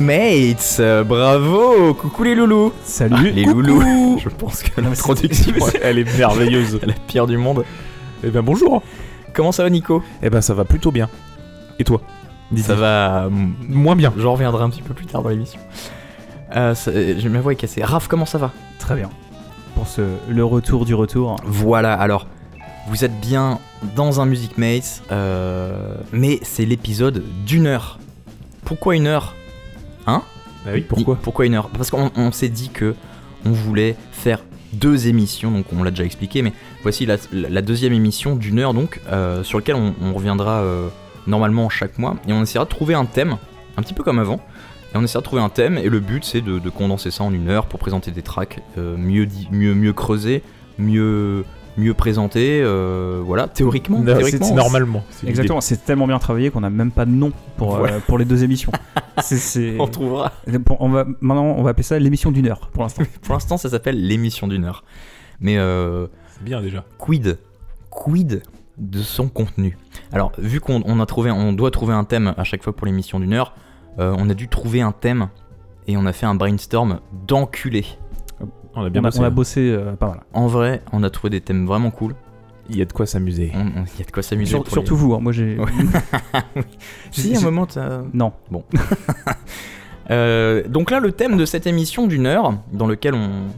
Mates, bravo, coucou les loulous. Salut les coucou. loulous. Je pense que l'introduction, elle est merveilleuse. c'est la pire du monde. Eh ben bonjour. Comment ça va Nico? Eh ben ça va plutôt bien. Et toi? Ça va moins bien. J'en reviendrai un petit peu plus tard dans l'émission. Ma voix est cassée. Raph, comment ça va? Très bien. Pour le retour du retour. Voilà, alors, vous êtes bien dans un Music Mates, mais c'est l'épisode d'1 heure. Pourquoi 1 heure? Hein? Bah oui, pourquoi? Pourquoi 1 heure? Parce qu'on s'est dit que on voulait faire 2 émissions, donc on l'a déjà expliqué, mais voici la deuxième émission d'1 heure, donc, sur laquelle on reviendra normalement chaque mois, et on essaiera de trouver un thème, un petit peu comme avant. Et on essaiera de trouver un thème, et le but c'est de condenser ça en 1 heure pour présenter des tracks mieux creusés, mieux présentés, voilà, théoriquement. C'est normalement. C'est exactement, l'idée. c'est tellement bien travaillé qu'on n'a même pas de nom pour les 2 émissions. On trouvera. Maintenant, on va appeler ça l'émission d'1 heure pour l'instant. Pour l'instant, ça s'appelle l'émission d'1 heure. Mais c'est bien déjà. Quid de son contenu. Alors, vu qu'on doit trouver un thème à chaque fois pour l'émission d'1 heure, on a dû trouver un thème et on a fait un brainstorm d'enculé. On a bossé pas mal. En vrai, on a trouvé des thèmes vraiment cool. Il y a de quoi s'amuser. Il y a de quoi s'amuser. Surtout vous, hein. Moi j'ai. Ouais. Oui. Si, à un moment, Non. Bon. Donc là, le thème de cette émission d'1 heure, dans lequel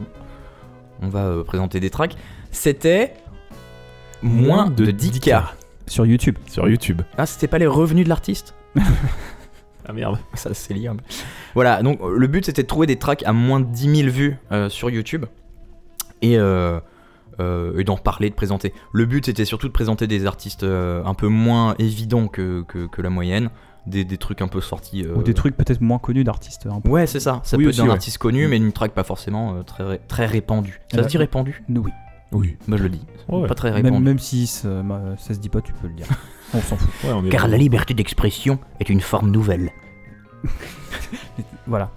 on va présenter des tracks, c'était moins de 10K. Sur YouTube. Ah, c'était pas les revenus de l'artiste? Ah merde. Ça c'est liable. Voilà, donc le but c'était de trouver des tracks à moins de 10 000 vues sur YouTube et d'en parler, de présenter. Le but c'était surtout de présenter des artistes un peu moins évidents que la moyenne, des trucs un peu sortis. Ou des trucs peut-être moins connus d'artistes. Un peu. Ouais, c'est ça. Ça oui, peut aussi, être d'un artiste connu, mais une track pas forcément très répandue. Ça se dit répandu? Oui. Bah je le dis. Ouais. Pas très répandu. Même si ça se dit pas, tu peux le dire. On s'en fout. Ouais, Car la liberté d'expression est une forme nouvelle. Voilà.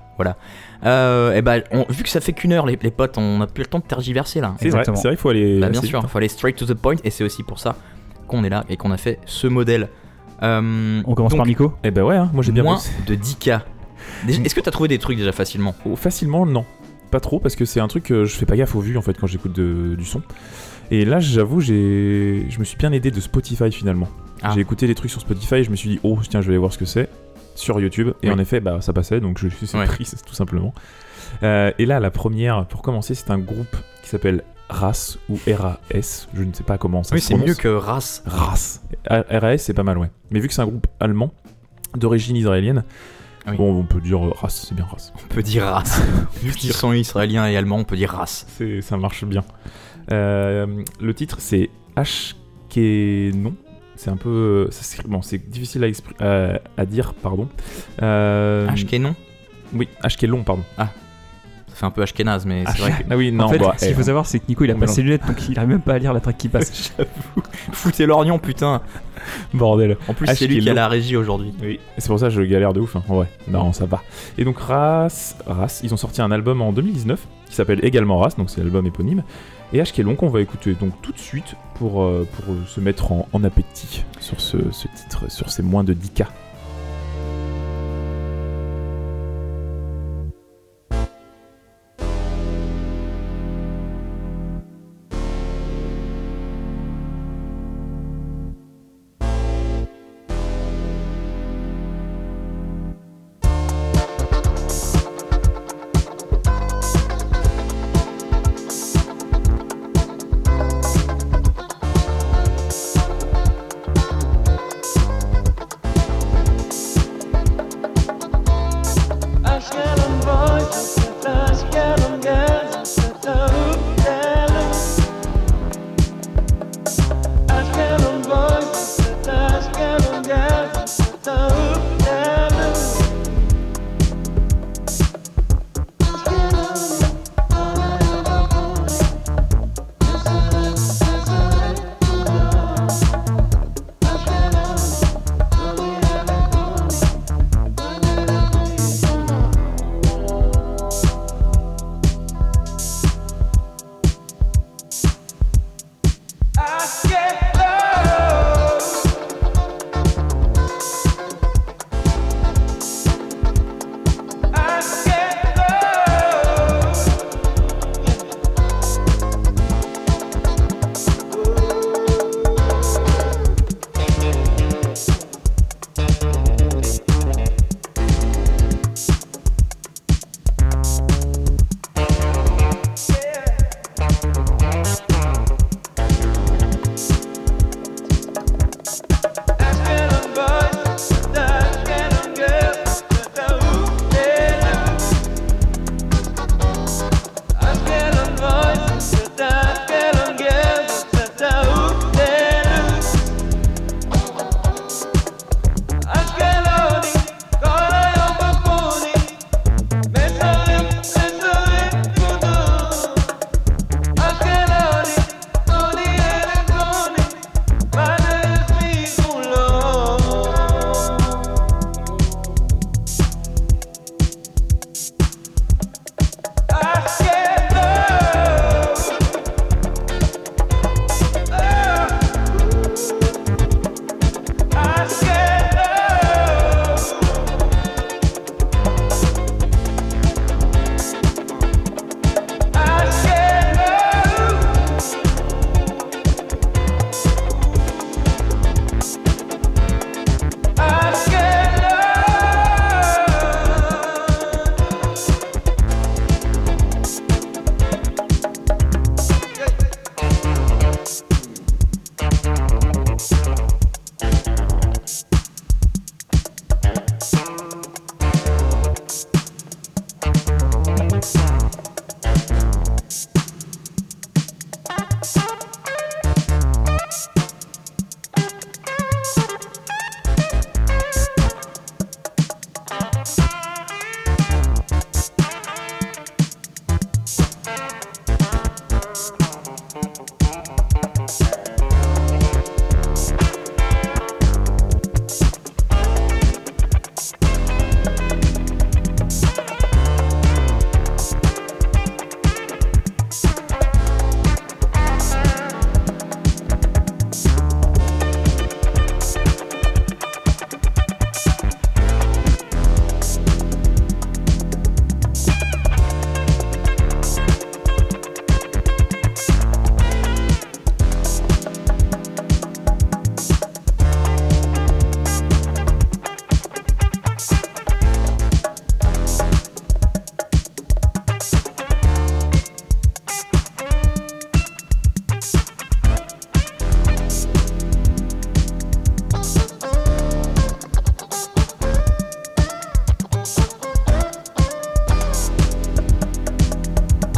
Et bah, vu que ça fait qu'1 heure, les potes, on n'a plus le temps de tergiverser là. C'est vrai, il faut aller. Bah, bien sûr, il faut aller straight to the point, et c'est aussi pour ça qu'on est là et qu'on a fait ce modèle. On commence par Nico. Eh ben ouais, hein, moi j'ai bien moins bossé. de 10K. Est-ce que t'as trouvé des trucs déjà facilement? Facilement, non. Pas trop, parce que c'est un truc que je fais pas gaffe aux vues en fait quand j'écoute du son. Et là, j'avoue, je me suis bien aidé de Spotify finalement. Ah. J'ai écouté des trucs sur Spotify et je me suis dit, oh tiens, je vais aller voir ce que c'est sur YouTube. Et oui. en effet, bah ça passait, donc je suis pris tout simplement. Et là, la première, pour commencer, c'est un groupe qui s'appelle RAS ou RAS. Je ne sais pas comment ça se prononce. Oui, c'est mieux que RAS. RAS. RAS, c'est pas mal, ouais. Mais vu que c'est un groupe allemand d'origine israélienne, oui. Bon, on peut dire RAS, c'est bien RAS. On peut dire RAS. Vu qu'ils sont israéliens et allemands, on peut dire RAS. Ça marche bien. Le titre, c'est Ashkenon. C'est un peu... c'est difficile à dire, pardon. Ashkenon? Oui, Ashkelon, pardon. Ah, ça fait un peu Ashkenaz, mais c'est vrai que... Ah oui, non, en fait, ce qu'il faut savoir, c'est que Nico, il a pas ses lunettes, donc il arrive même pas à lire la track qui passe. J'avoue. Foutez l'orgnon, putain. Bordel. En plus, c'est lui qui a la régie aujourd'hui. Oui, c'est pour ça que je galère de ouf. Hein. Ouais, non, ça va. Et donc, RAS, ils ont sorti un album en 2019 qui s'appelle également RAS, donc c'est l'album éponyme. Et Ashkelon qu'on va écouter donc tout de suite pour se mettre en appétit sur ce titre, sur ces moins de 10K.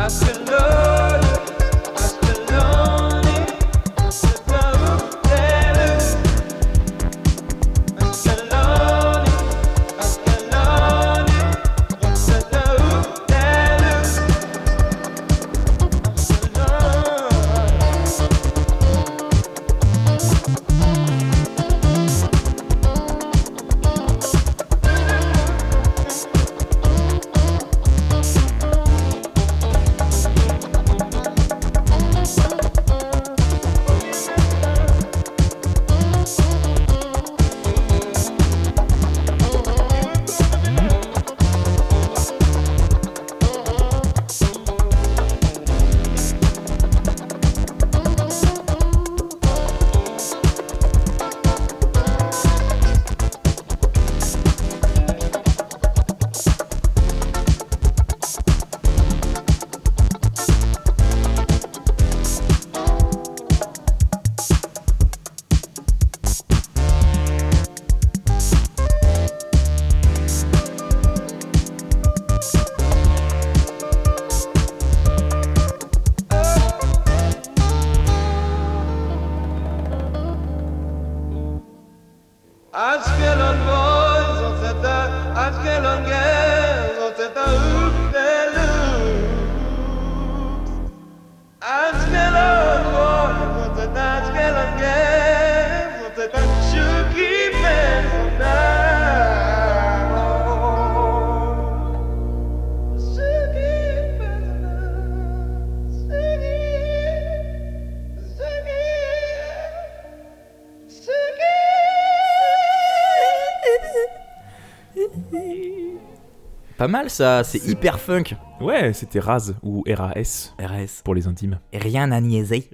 Pas mal ça, c'est hyper funk. Ouais, c'était Raz ou RAS. RAS. Pour les intimes. Et rien à niaiser.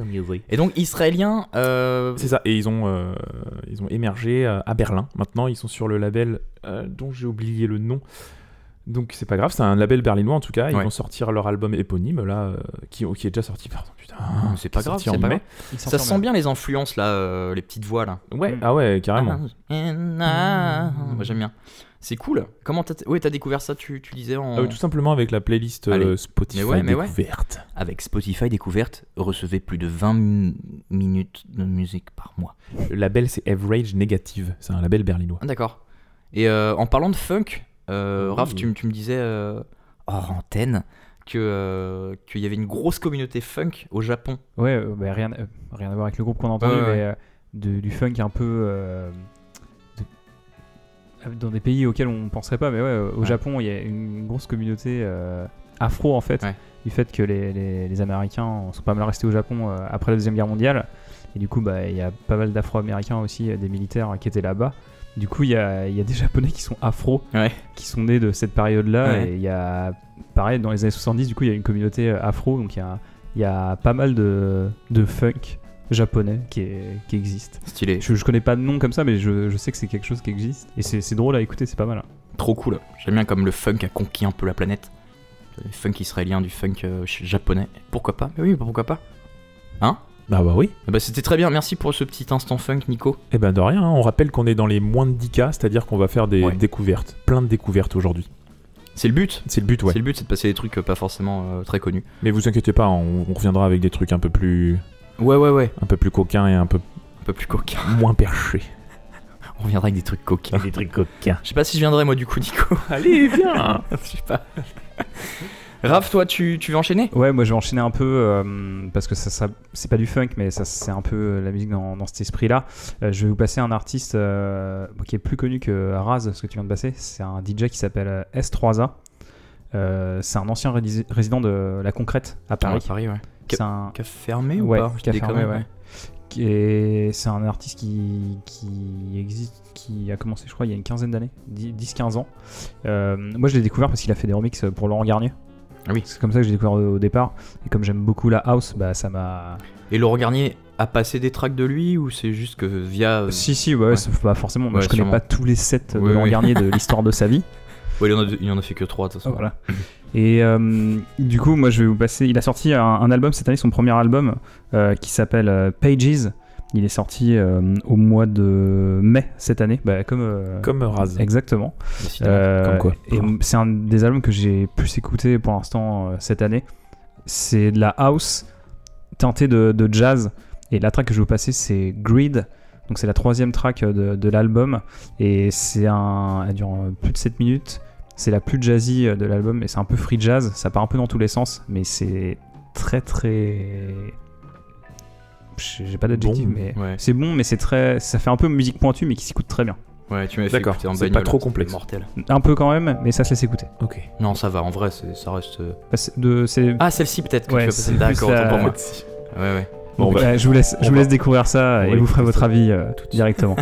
Et donc israélien. C'est ça, et ils ont émergé à Berlin. Maintenant, ils sont sur le label dont j'ai oublié le nom. Donc c'est pas grave, c'est un label berlinois en tout cas. Ils vont sortir leur album éponyme là, qui est déjà sorti. Pardon, putain. C'est pas grave, c'est pas grave. Ça sent bien les influences là, les petites voix là. Ouais, ah ouais, carrément. Moi j'aime bien. C'est cool. Comment t'as découvert ça, tu disais en... Tout simplement avec la playlist Spotify Découverte. Avec Spotify Découverte, recevez plus de 20 minutes de musique par mois. Le label c'est Average Negative, c'est un label berlinois. Ah, d'accord. Et en parlant de funk, Raph, tu me disais hors antenne qu'il y avait une grosse communauté funk au Japon. Ouais, rien à voir avec le groupe qu'on a entendu, mais du funk un peu... dans des pays auxquels on ne penserait pas, mais au Japon, il y a une grosse communauté afro en fait, du fait que les Américains sont pas mal restés au Japon après la Deuxième Guerre mondiale, et du coup il y a pas mal d'Afro-Américains aussi, des militaires qui étaient là-bas. Du coup il y a des Japonais qui sont afro, qui sont nés de cette période-là, et il y a, pareil, dans les années 70, du coup il y a une communauté afro, donc il y a pas mal de funk japonais qui existe. Stylé. Je connais pas de nom comme ça, mais je sais que c'est quelque chose qui existe. Et c'est drôle à écouter, c'est pas mal. Trop cool. J'aime bien comme le funk a conquis un peu la planète. Du funk israélien, du funk japonais. Pourquoi pas ? Mais oui, pourquoi pas ? Hein ? Bah oui. C'était très bien. Merci pour ce petit instant funk, Nico. Eh ben de rien. On rappelle qu'on est dans les moins de 10K, c'est-à-dire qu'on va faire des découvertes. Plein de découvertes aujourd'hui. C'est le but. C'est le but, ouais. C'est le but, c'est de passer des trucs pas forcément très connus. Mais vous inquiétez pas, on reviendra avec des trucs un peu plus... Ouais. Un peu plus coquin et un peu plus coquin. Moins perché. On reviendra avec des trucs coquins. Des trucs coquins. Je sais pas si je viendrai moi du coup, Nico. Allez, viens. Je sais pas. Raph, toi, tu veux enchaîner ? Ouais, moi je vais enchaîner un peu parce que ça c'est pas du funk, mais ça c'est un peu la musique dans cet esprit-là. Je vais vous passer un artiste qui est plus connu que Raz, ce que tu viens de passer. C'est un DJ qui s'appelle S3A. C'est un ancien résident de La Concrète à Paris. Paris, ouais. Qui a fermé ou pas ? Qui a fermé, ouais. Et c'est un artiste qui existe, qui a commencé, je crois, il y a une quinzaine d'années, 10-15 ans. Moi, je l'ai découvert parce qu'il a fait des remixes pour Laurent Garnier. Ah oui. C'est comme ça que j'ai découvert au départ. Et comme j'aime beaucoup la house, bah ça m'a... Et Laurent Garnier a passé des tracks de lui ou c'est juste que via... Si, ouais. Pas forcément. Moi, je connais pas tous les sets de Laurent Garnier de l'histoire de sa vie. Ouais, il en a fait que 3 de toute façon. Voilà. Et du coup, moi je vais vous passer. Il a sorti un album cette année, son premier album qui s'appelle Pages. Il est sorti au mois de mai cette année, comme Raz. Exactement. Comme quoi. Et c'est un des albums que j'ai plus écouté pour l'instant cette année. c'est de la house teintée de jazz. Et la track que je vais vous passer, c'est Greed. Donc c'est la 3e track de l'album. Et elle dure plus de 7 minutes. C'est la plus jazzy de l'album. Et c'est un peu free jazz. Ça part un peu dans tous les sens. Mais c'est très très... J'ai pas d'adjectif, mais c'est bon, mais c'est très... Ça fait un peu musique pointue, mais qui s'écoute très bien. Ouais, tu m'avais fait écouter en bagnole. C'est pas trop complexe. Mortel. Un peu quand même, mais ça se laisse écouter. Ok. Non, ça va, en vrai, ça reste... Ah, celle-ci peut-être que ouais, tu vas passer. D'accord, autant pour moi. Ouais. Bon, je vous laisse découvrir ça et vous ferez votre avis directement.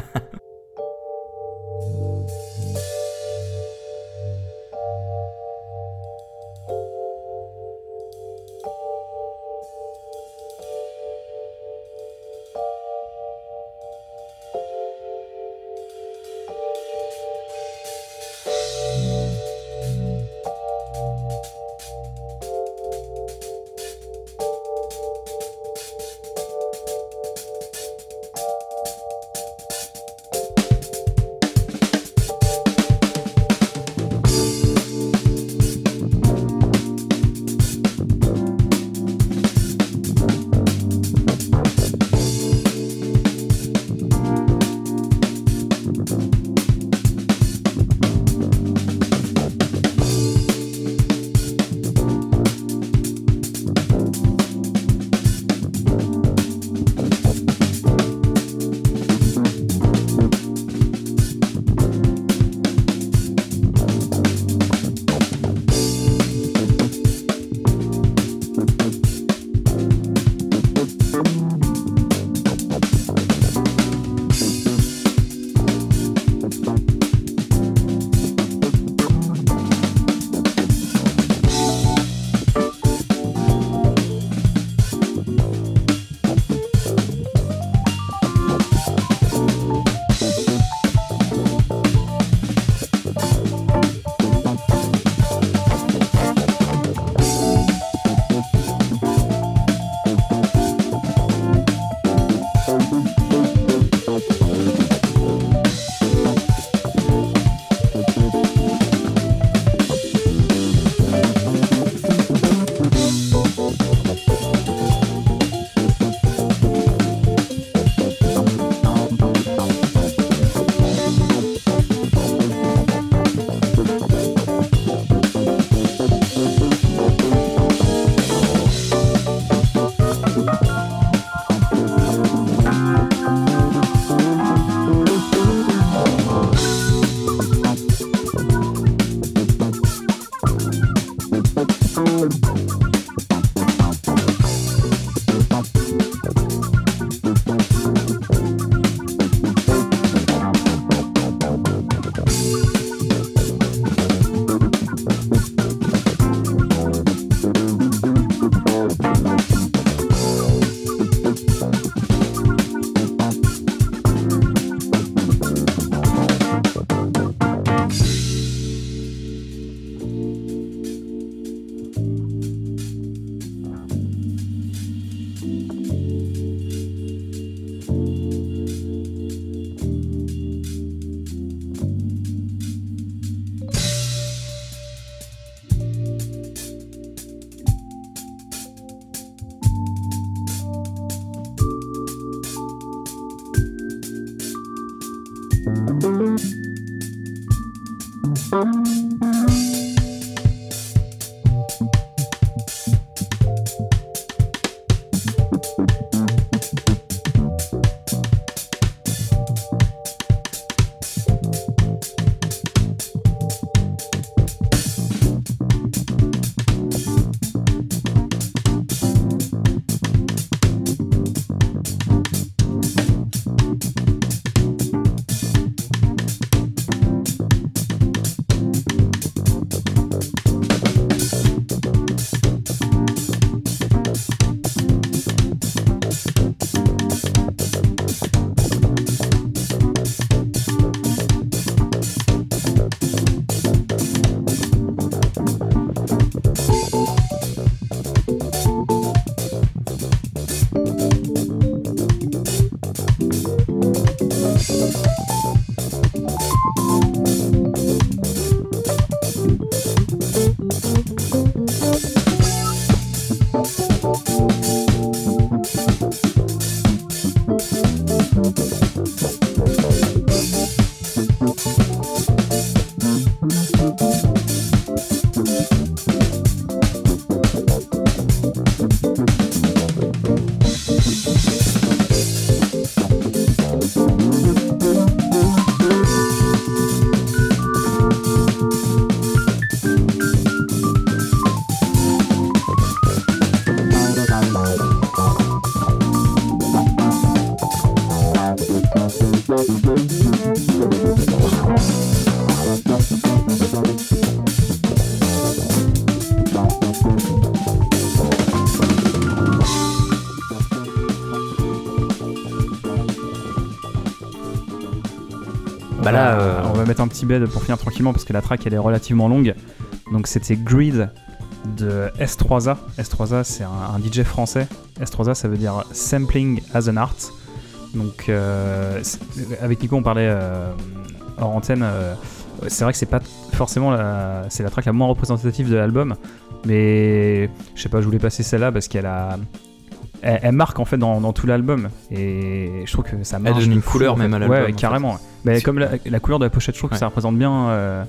On va mettre un petit bed pour finir tranquillement parce que la track elle est relativement longue. Donc c'était Greed de S3A. S3A c'est un DJ français. S3A ça veut dire Sampling as an Art. Donc avec Nico on parlait hors antenne. C'est vrai que c'est pas forcément c'est la track la moins représentative de l'album. Mais je sais pas, je voulais passer celle-là parce elle marque en fait dans tout l'album et je trouve que ça marche. Elle donne une couleur même à l'album. Ouais, carrément. Mais comme la couleur de la pochette, je trouve que ça représente bien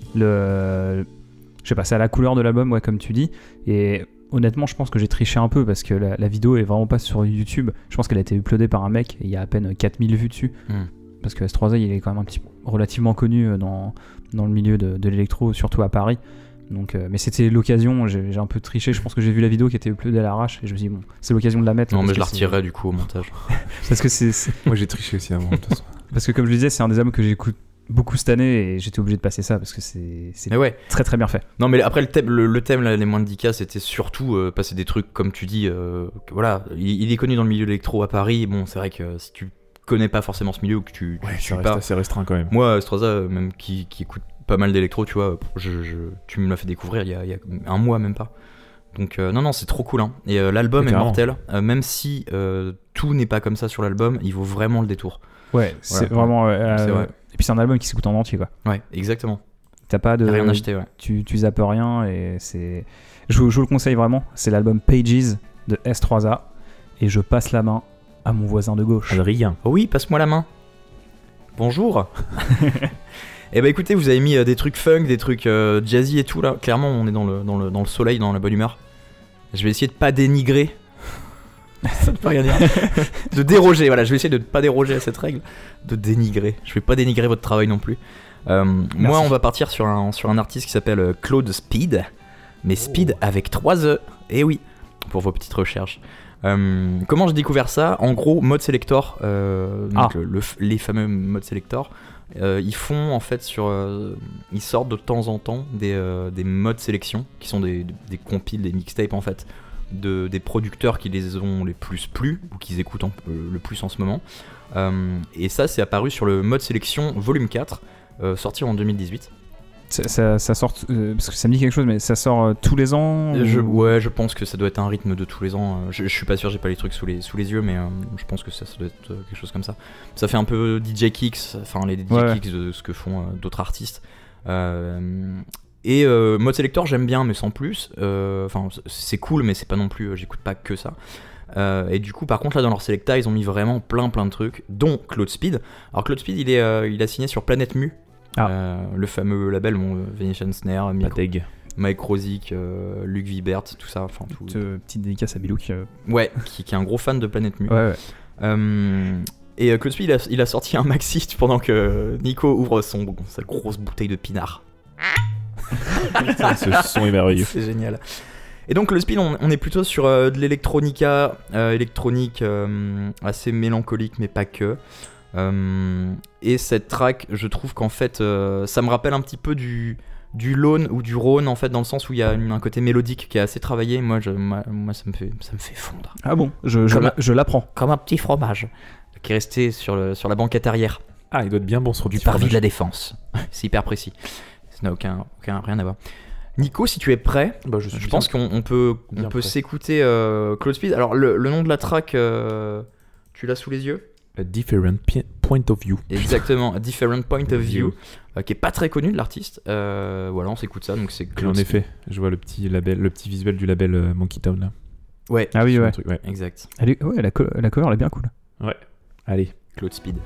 je sais pas, c'est à la couleur de l'album, ouais, comme tu dis. Et honnêtement, je pense que j'ai triché un peu parce que la vidéo est vraiment pas sur YouTube. Je pense qu'elle a été uploadée par un mec et il y a à peine 4000 vues dessus. Parce que S3A, il est quand même relativement connu dans le milieu de l'électro, surtout à Paris. Donc, mais c'était l'occasion, j'ai un peu triché. Je pense que j'ai vu la vidéo qui était uploadée à l'arrache et je me suis dit, bon, c'est l'occasion de la mettre. Non, mais je la retirerai du coup au montage. Parce que Moi j'ai triché aussi avant, de toute façon. Parce que comme je disais, c'est un des albums que j'écoute beaucoup cette année et j'étais obligé de passer ça parce que c'est très très bien fait. Non, mais après le thème là, les moins de 10K, c'était surtout passer des trucs comme tu dis. Voilà, il est connu dans le milieu de l'électro à Paris. Bon, c'est vrai que si tu connais pas forcément ce milieu ou que tu ça reste assez restreint quand même. Moi, S3A, même qui écoute pas mal d'électro, tu vois, tu me l'as fait découvrir il y a un mois même pas. Donc non, c'est trop cool, hein. Et l'album est mortel, même si tout n'est pas comme ça sur l'album, il vaut vraiment le détour. Ouais, c'est vraiment. C'est vrai. Et puis c'est un album qui s'écoute en entier, quoi. Ouais, exactement. T'as pas de rien acheté, ouais. Tu zappes rien et c'est. Je vous le conseille vraiment. C'est l'album Pages de S3A et je passe la main à mon voisin de gauche. Adrien. Oh oui, passe-moi la main. Bonjour. Eh ben écoutez, vous avez mis des trucs funk, des trucs jazzy et tout là. Clairement, on est dans le soleil, dans la bonne humeur. Je vais essayer de pas dénigrer. Ça ne peut rien dire. De déroger, voilà. Je vais essayer de ne pas déroger à cette règle. De dénigrer. Je vais pas dénigrer votre travail non plus. Moi, on va partir sur un artiste qui s'appelle Claude Speed. Mais Speed avec 3 E. Eh oui, pour vos petites recherches. Comment j'ai découvert ça ? En gros, Mode Selector. Les fameux Mode Selector. Ils font en fait ils sortent de temps en temps des modes sélection qui sont des compiles, des mixtapes en fait des producteurs qui les ont les plus plu ou qu'ils écoutent le plus en ce moment. Et ça c'est apparu sur le mode sélection volume 4 sorti en 2018. Ça sort parce que ça me dit quelque chose, mais ça sort tous les ans je pense que ça doit être un rythme de tous les ans. Je suis pas sûr, j'ai pas les trucs sous les yeux, mais je pense que ça doit être quelque chose comme ça. Ça fait un peu DJ Kicks, enfin les DJ Kicks de ce que font d'autres artistes. Et Mode Selector j'aime bien, mais sans plus. Enfin c'est cool, mais c'est pas non plus, j'écoute pas que ça. Et du coup par contre là dans leur Selecta ils ont mis vraiment plein de trucs, dont Claude Speed. Alors Claude Speed il a signé sur Planète Mu. Le fameux label, Venetian Snare, Mike Rosick, Luc Vibert, tout ça. Petite dédicace à Bilouk. Ouais, qui est un gros fan de Planète Mu. Ouais. Et Claude Speed, il a sorti un maxi pendant que Nico ouvre sa grosse bouteille de pinard. Ce son est merveilleux. C'est génial. Et donc Claude Speed, on est plutôt sur de l'électronica, électronique assez mélancolique, mais pas que. Et cette track, je trouve qu'en fait ça me rappelle un petit peu du Lone ou du Rhône en fait, dans le sens où il y a un côté mélodique qui est assez travaillé. Moi ça me fait fondre. Ah bon, je l'apprends. Comme un petit fromage qui est resté sur la banquette arrière. Ah, il doit être bien bon sur du parvis de la Défense. C'est hyper précis. Ça n'a aucun rien à voir. Nico, si tu es prêt, je pense qu'on peut s'écouter Claude Speed. Alors le nom de la track, tu l'as sous les yeux ? A Different Point of View. Exactement, A Different Point of View, qui est pas très connu de l'artiste. Voilà, on s'écoute ça, donc c'est Claude. En effet, je vois le petit visuel du label Monkey Town là. Ouais. Ah oui, ouais. Truc, ouais. Exact. La cover elle est bien cool. Ouais. Allez, Claude Speed.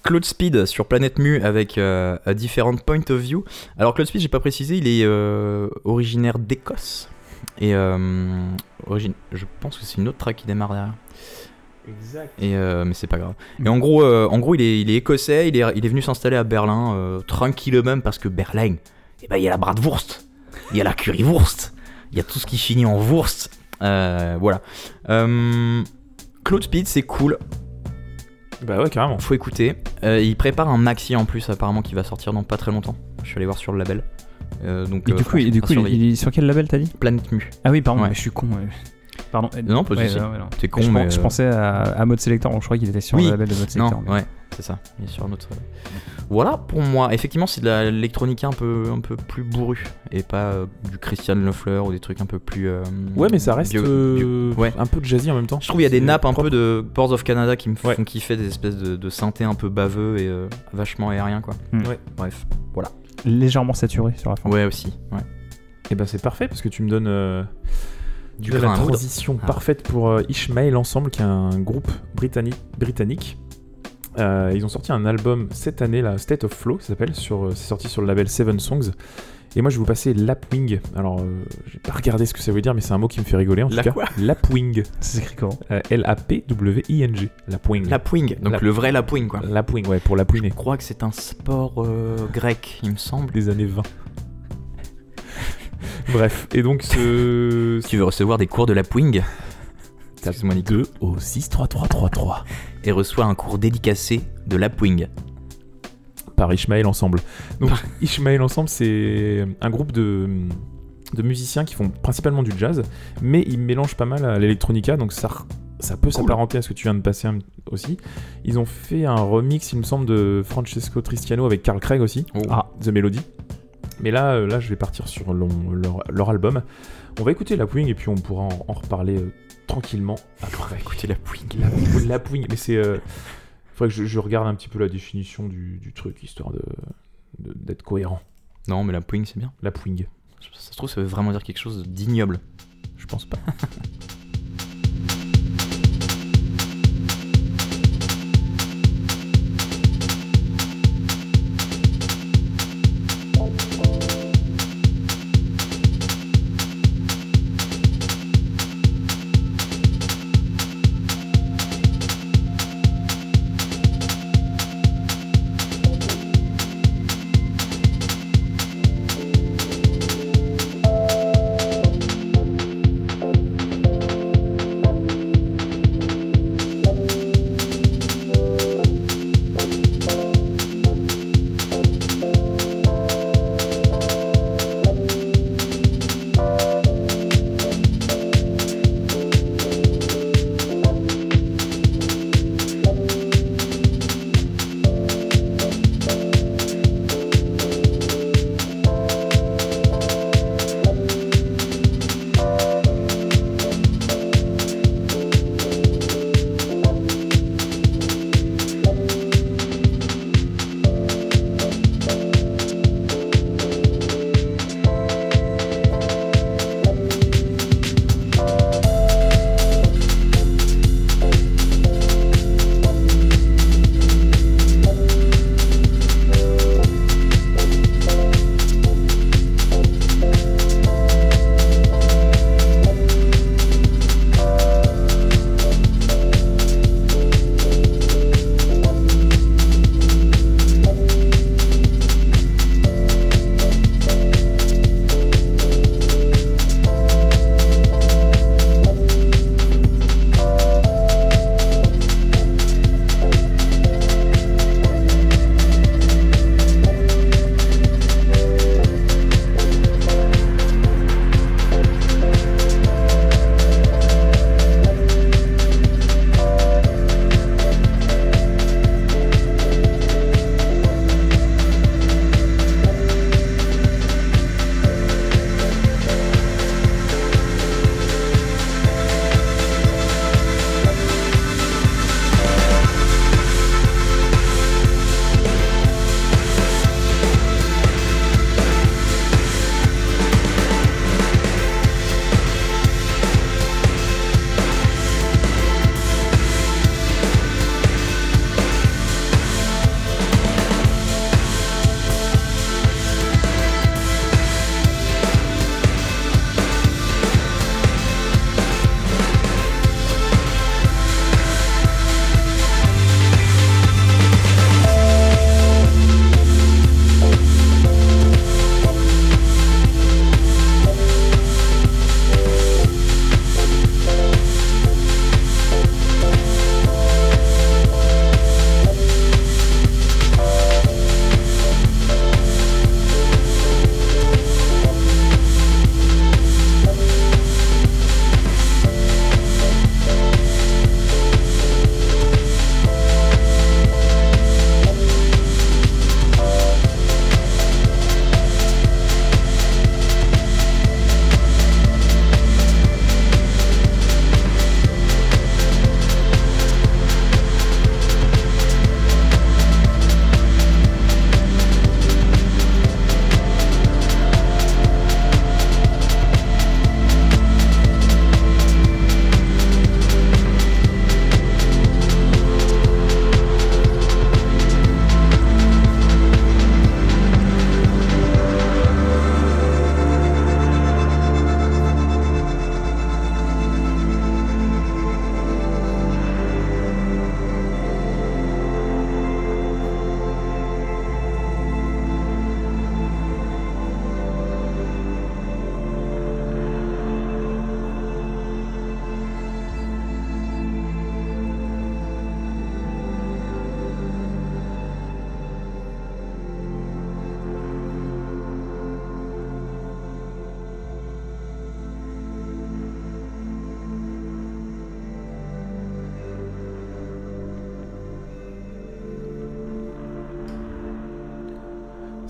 Cloud Speed sur Planète Mu avec A Different Point of View. Alors Cloud Speed, j'ai pas précisé, il est originaire d'Écosse. Et je pense que c'est une autre track qui démarre derrière. Exact. Mais c'est pas grave. Et en gros, il est écossais, il est venu s'installer à Berlin, tranquille même, parce que Berlin, il y a la bratwurst, il y a la currywurst, il y a tout ce qui finit en wurst. Voilà. Cloud Speed, c'est cool. Bah ouais, carrément. Faut écouter. Il prépare un maxi en plus, apparemment, qui va sortir dans pas très longtemps. Je suis allé voir sur le label. Donc, et du coup, il est sur quel label t'as dit ? Planète Mu. Ah oui, pardon, je suis con. Pardon. Non, pas de soucis. T'es con, je pensais à Mode Selector, je croyais qu'il était sur le label de Mode Selector. Non, ouais, c'est ça. Il est sur notre. Voilà pour moi. Effectivement, c'est de l'électronica un peu plus bourru et pas du Christian Loeffler ou des trucs un peu plus. Ouais, mais ça reste un peu de jazzy en même temps. Je trouve il y a des nappes un peu de Boards of Canada qui me font kiffer, des espèces de synthés un peu baveux et vachement aérien quoi. Ouais. Bref, voilà. Légèrement saturé sur la fin. Ouais aussi. Ouais. Et ben c'est parfait parce que tu me donnes la transition parfaite pour Ishmael Ensemble, qui est un groupe britannique. Ils ont sorti un album cette année, là, State of Flow, ça s'appelle. C'est sorti sur le label Seven Songs. Et moi, je vais vous passer Lapwing. Alors, j'ai pas regardé ce que ça veut dire, mais c'est un mot qui me fait rigoler en tout cas. Lapwing. C'est écrit comment ? Lapwing. Lapwing. Lapwing. Donc le vrai Lapwing, quoi. Lapwing, ouais, pour lapwiner. Je crois que c'est un sport grec, il me semble. Des années 20. Bref, et donc ce... Tu veux recevoir des cours de Lapwing ? Excuse-moi, 2 au 63333. Et reçois un cours dédicacé de Lapwing. Par Ishmael Ensemble. Donc Ishmael Ensemble, c'est un groupe de musiciens qui font principalement du jazz, mais ils mélangent pas mal à l'électronica, donc ça peut s'apparenter à ce que tu viens de passer aussi. Ils ont fait un remix, il me semble, de Francesco Tristiano avec Carl Craig aussi, The Melody. Mais là, je vais partir sur leur album. On va écouter Lapwing et puis on pourra en reparler tranquillement après. Écouter Lapwing. Lapwing, mais c'est... faudrait que je regarde un petit peu la définition du truc, histoire d'être cohérent. Non, mais Lapwing, c'est bien. Lapwing. Ça se trouve, ça veut vraiment dire quelque chose d'ignoble. Je pense pas.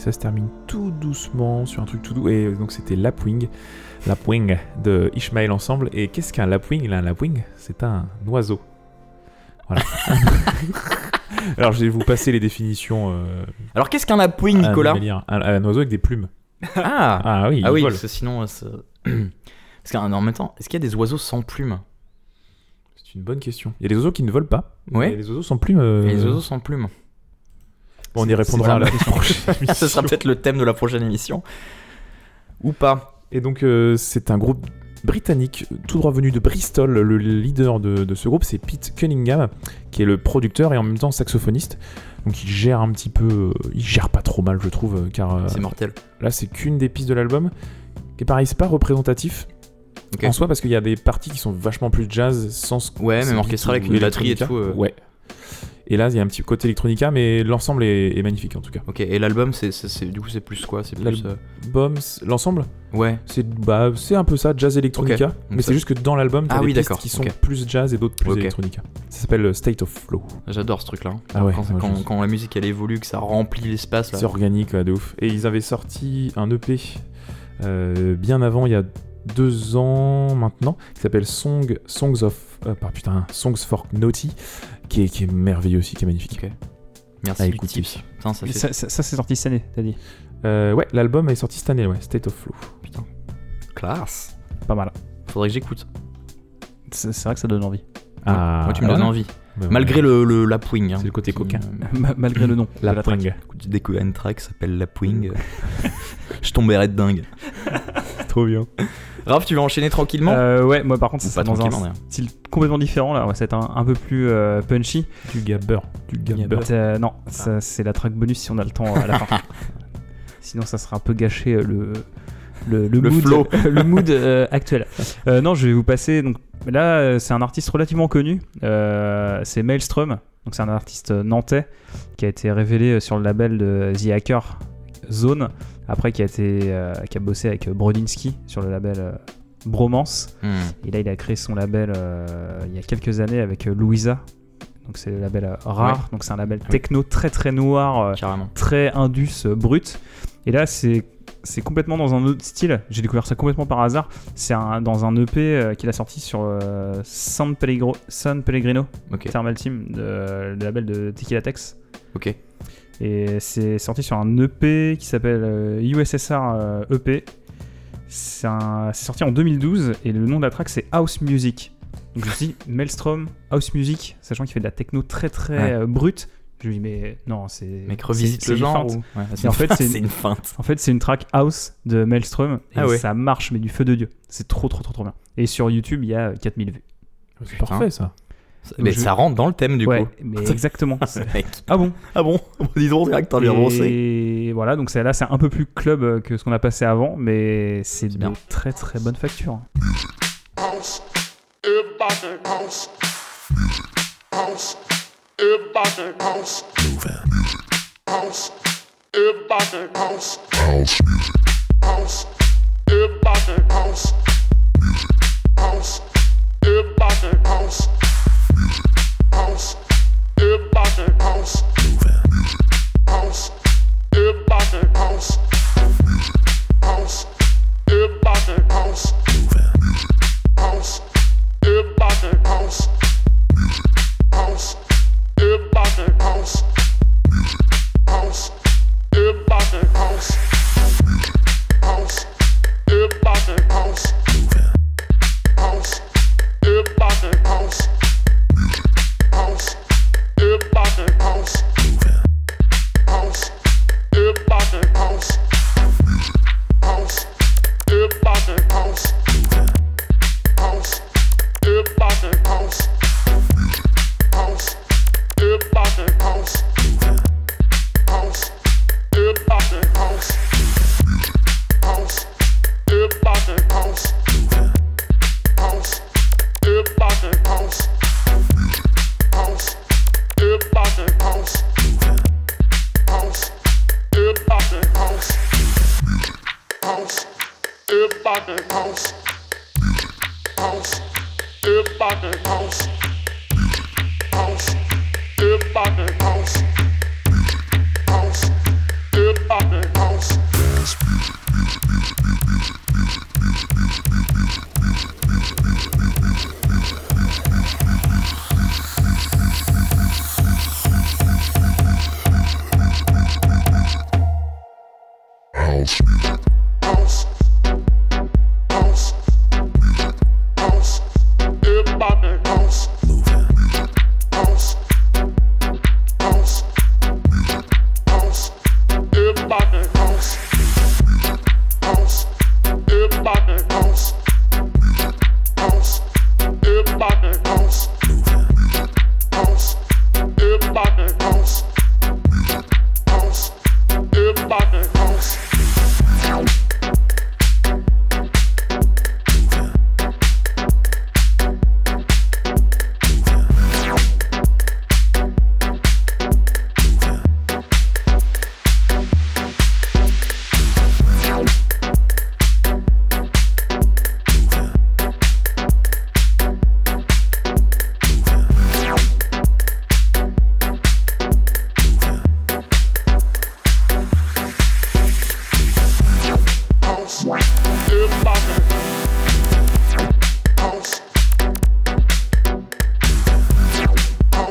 ça se termine tout doucement sur un truc tout doux. Et donc c'était Lapwing de Ishmael Ensemble. Et qu'est-ce qu'un Lapwing? Un Lapwing, c'est un oiseau. Voilà. Alors je vais vous passer les définitions. Alors qu'est-ce qu'un lapwing, Nicolas? Un oiseau avec des plumes. Ah oui, oui, vole. parce que sinon... Parce qu'en même temps, est-ce qu'il y a des oiseaux sans plumes? C'est une bonne question. Il y a des oiseaux qui ne volent pas. Ouais. Il y a des oiseaux sans plumes. Il y a des oiseaux sans plumes. Bon, on y répondra à la prochaine émission. Ce sera peut-être le thème de la prochaine émission. Ou pas. Et donc, c'est un groupe britannique, tout droit venu de Bristol. Le leader de ce groupe, c'est Pete Cunningham, qui est le producteur et en même temps saxophoniste. Donc, il gère un petit peu... il gère pas trop mal, je trouve, car... c'est mortel. Là, c'est qu'une des pistes de l'album. Et pareil, c'est pas représentatif. En soi, parce qu'il y a des parties qui sont vachement plus jazz, sans... Ouais, même orchestral avec une batterie et tout. Ouais. Et là, il y a un petit côté electronica, mais l'ensemble est magnifique en tout cas. Ok, et l'album, du coup, c'est plus quoi? C'est plus... L'ensemble? Ouais. C'est un peu ça, jazz electronica. Okay. Mais c'est juste que dans l'album, t'as des pistes qui sont plus jazz et d'autres plus electronica. Ça s'appelle State of Flow. J'adore ce truc-là. Ah ouais, quand la musique, elle évolue, que ça remplit l'espace. Là. C'est organique, de ouf. Et ils avaient sorti un EP bien avant, il y a 2 ans maintenant, qui s'appelle Songs for Naughty, qui est merveilleux aussi, qui est magnifique. Okay. Merci du tips. Ça c'est sorti cette année, t'as dit? Ouais, l'album est sorti cette année, ouais, State of Flow. Putain. Classe. Pas mal. Faudrait que j'écoute. C'est vrai que ça donne envie. Moi, tu me donnes envie. Malgré le Lapwing. C'est le côté coquin. Malgré le nom. Lapwing. Tu découvres une track qui s'appelle Lapwing. Je tomberais de dingue. Trop bien. Raph, tu vas enchaîner tranquillement? Ouais, moi par contre, c'est dans un d'ailleurs. style complètement différent. Là, ça va être un peu plus punchy. Du gabber. Non, ça, c'est la track bonus si on a le temps à la fin. Sinon, ça sera un peu gâché le mood, flow. le mood actuel. Non, je vais vous passer. Donc là, c'est un artiste relativement connu. C'est Maelstrom. Donc c'est un artiste nantais qui a été révélé sur le label de The Hacker Zone. Après, qui a bossé avec Brodinski sur le label Bromance. Et là, il a créé son label il y a quelques années avec Louisa. Donc c'est le label Rare. Ouais. Donc c'est un label techno très très noir, très indus, brut. Et là, c'est complètement dans un autre style. J'ai découvert ça complètement par hasard. C'est dans un EP qu'il a sorti sur San Pellegrino, Thermal Team, le label de Tequila Tex. Ok. Et c'est sorti sur un EP qui s'appelle USSR EP. C'est sorti en 2012 et le nom de la track c'est House Music. Donc je me suis dit Maelstrom, House Music, sachant qu'il fait de la techno très très brute. Je me dis mais non, c'est... Mec, revisite le genre ou... en fait, c'est une feinte. En fait, c'est une track House de Maelstrom et ça marche, mais du feu de Dieu. C'est trop bien. Et sur YouTube, il y a 4000 vues. C'est parfait ça. Mais ça rentre dans le thème du coup. Mais exactement. Mec. Ah bon? Dis donc, direct, t'as bien avancé. Et voilà, donc là, c'est un peu plus club que ce qu'on a passé avant, mais c'est de très très bonne facture. House, everybody house, house, everybody house, house, everybody house, house, house, everybody house, house, everybody house. House, everybody house, house, everybody house, house, everybody house, house, everybody house, house, everybody house, house, everybody house, house, everybody house, house, everybody house. House, everybody house, house, everybody house, house, everybody house, house, everybody house, house, everybody house, house, everybody house, house, everybody house, house, everybody house. House, everybody house, house, everybody house, house, everybody house, house, everybody house, house, everybody house, house, everybody house.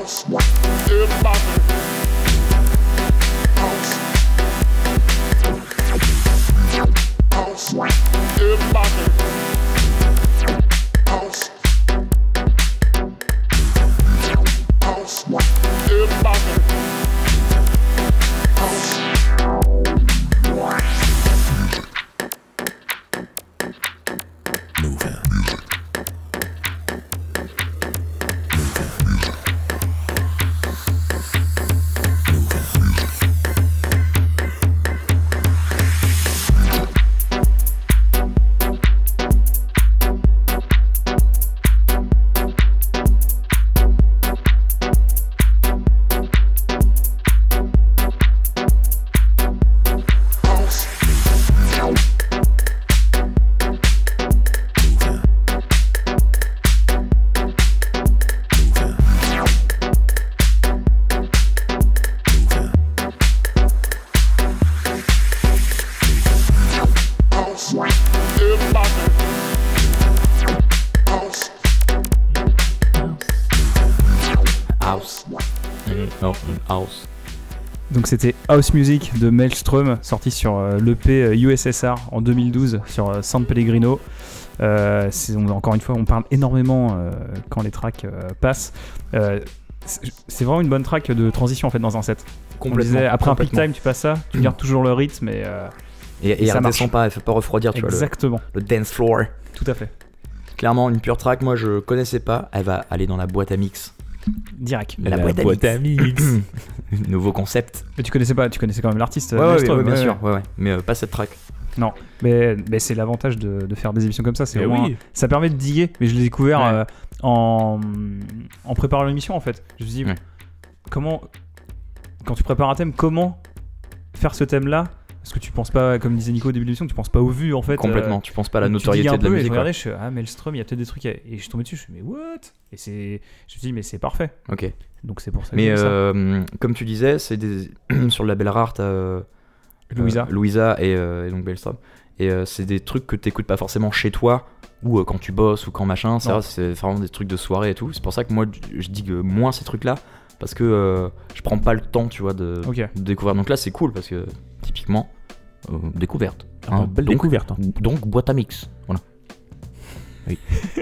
house, everybody, house, house, everybody, house, house, everybody, house. Moving. House. Donc c'était House Music de Maelstrom, sorti sur l'EP USSR en 2012 sur San Pellegrino. Encore une fois, on parle énormément quand les tracks passent. C'est vraiment une bonne track de transition en fait dans un set. On disait, après un peak time, tu passes ça, tu gardes toujours le rythme et ça redescend pas, elle fait pas refroidir, tu Exactement. vois, le dance floor. Tout à fait. Clairement, une pure track, moi je connaissais pas, elle va aller dans la boîte à mix. Direct. La boîte à mix. Nouveau concept. Mais tu connaissais quand même l'artiste. Ouais, bien sûr, mais pas cette track. Non, mais c'est l'avantage de faire des émissions comme ça, c'est vraiment, ça permet de diguer. Mais je l'ai découvert en préparant l'émission en fait. Je me suis dit, comment, quand tu prépares un thème, comment faire ce thème-là? Parce que tu penses pas, comme disait Nico au début de l'émission, tu penses pas au vues en fait. Complètement, tu penses pas à la notoriété de la musique. Je regardais, je suis Maelstrom, il y a peut-être des trucs. Et je suis tombé dessus, je suis mais what? Et je me suis dit, mais c'est parfait. Ok. Donc c'est pour ça que mais ça. comme tu disais, c'est sur le label Rare, t'as Louisa et donc Maelstrom. Et c'est des trucs que t'écoutes pas forcément chez toi, ou quand tu bosses, ou quand machin. C'est vraiment des trucs de soirée et tout. C'est pour ça que moi, je dis moins ces trucs-là. Parce que je prends pas le temps, tu vois, de découvrir. Donc là, c'est cool parce que typiquement, découverte. Belle découverte. Donc, boîte à mix. Voilà. Oui.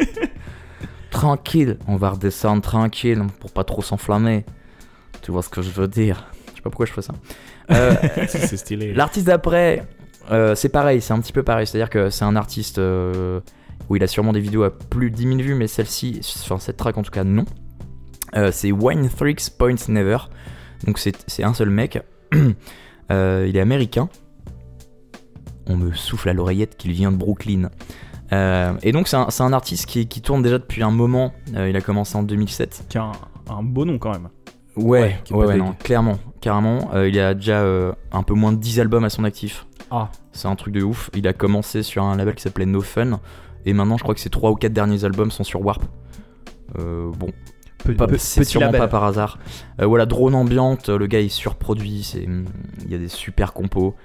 Tranquille, on va redescendre tranquille pour pas trop s'enflammer. Tu vois ce que je veux dire? Je sais pas pourquoi je fais ça. C'est stylé. L'artiste d'après, c'est pareil, c'est un petit peu pareil. C'est-à-dire que c'est un artiste où il a sûrement des vidéos à plus de 10 000 vues, mais celle-ci, enfin cette track en tout cas, non. C'est Wine Tricks Points Never. Donc c'est un seul mec. Il est américain. On me souffle à l'oreillette qu'il vient de Brooklyn. Et donc c'est un artiste qui tourne déjà depuis un moment. Il a commencé en 2007. Qui a un beau nom quand même. Ouais, non, clairement, carrément. Il a déjà un peu moins de 10 albums à son actif. Ah. C'est un truc de ouf. Il a commencé sur un label qui s'appelait No Fun. Et maintenant je crois que ses 3 ou 4 derniers albums sont sur Warp. Bon. C'est sûrement label. Pas par hasard. Voilà, drone ambiante, le gars est surproduit, il y a des super compos.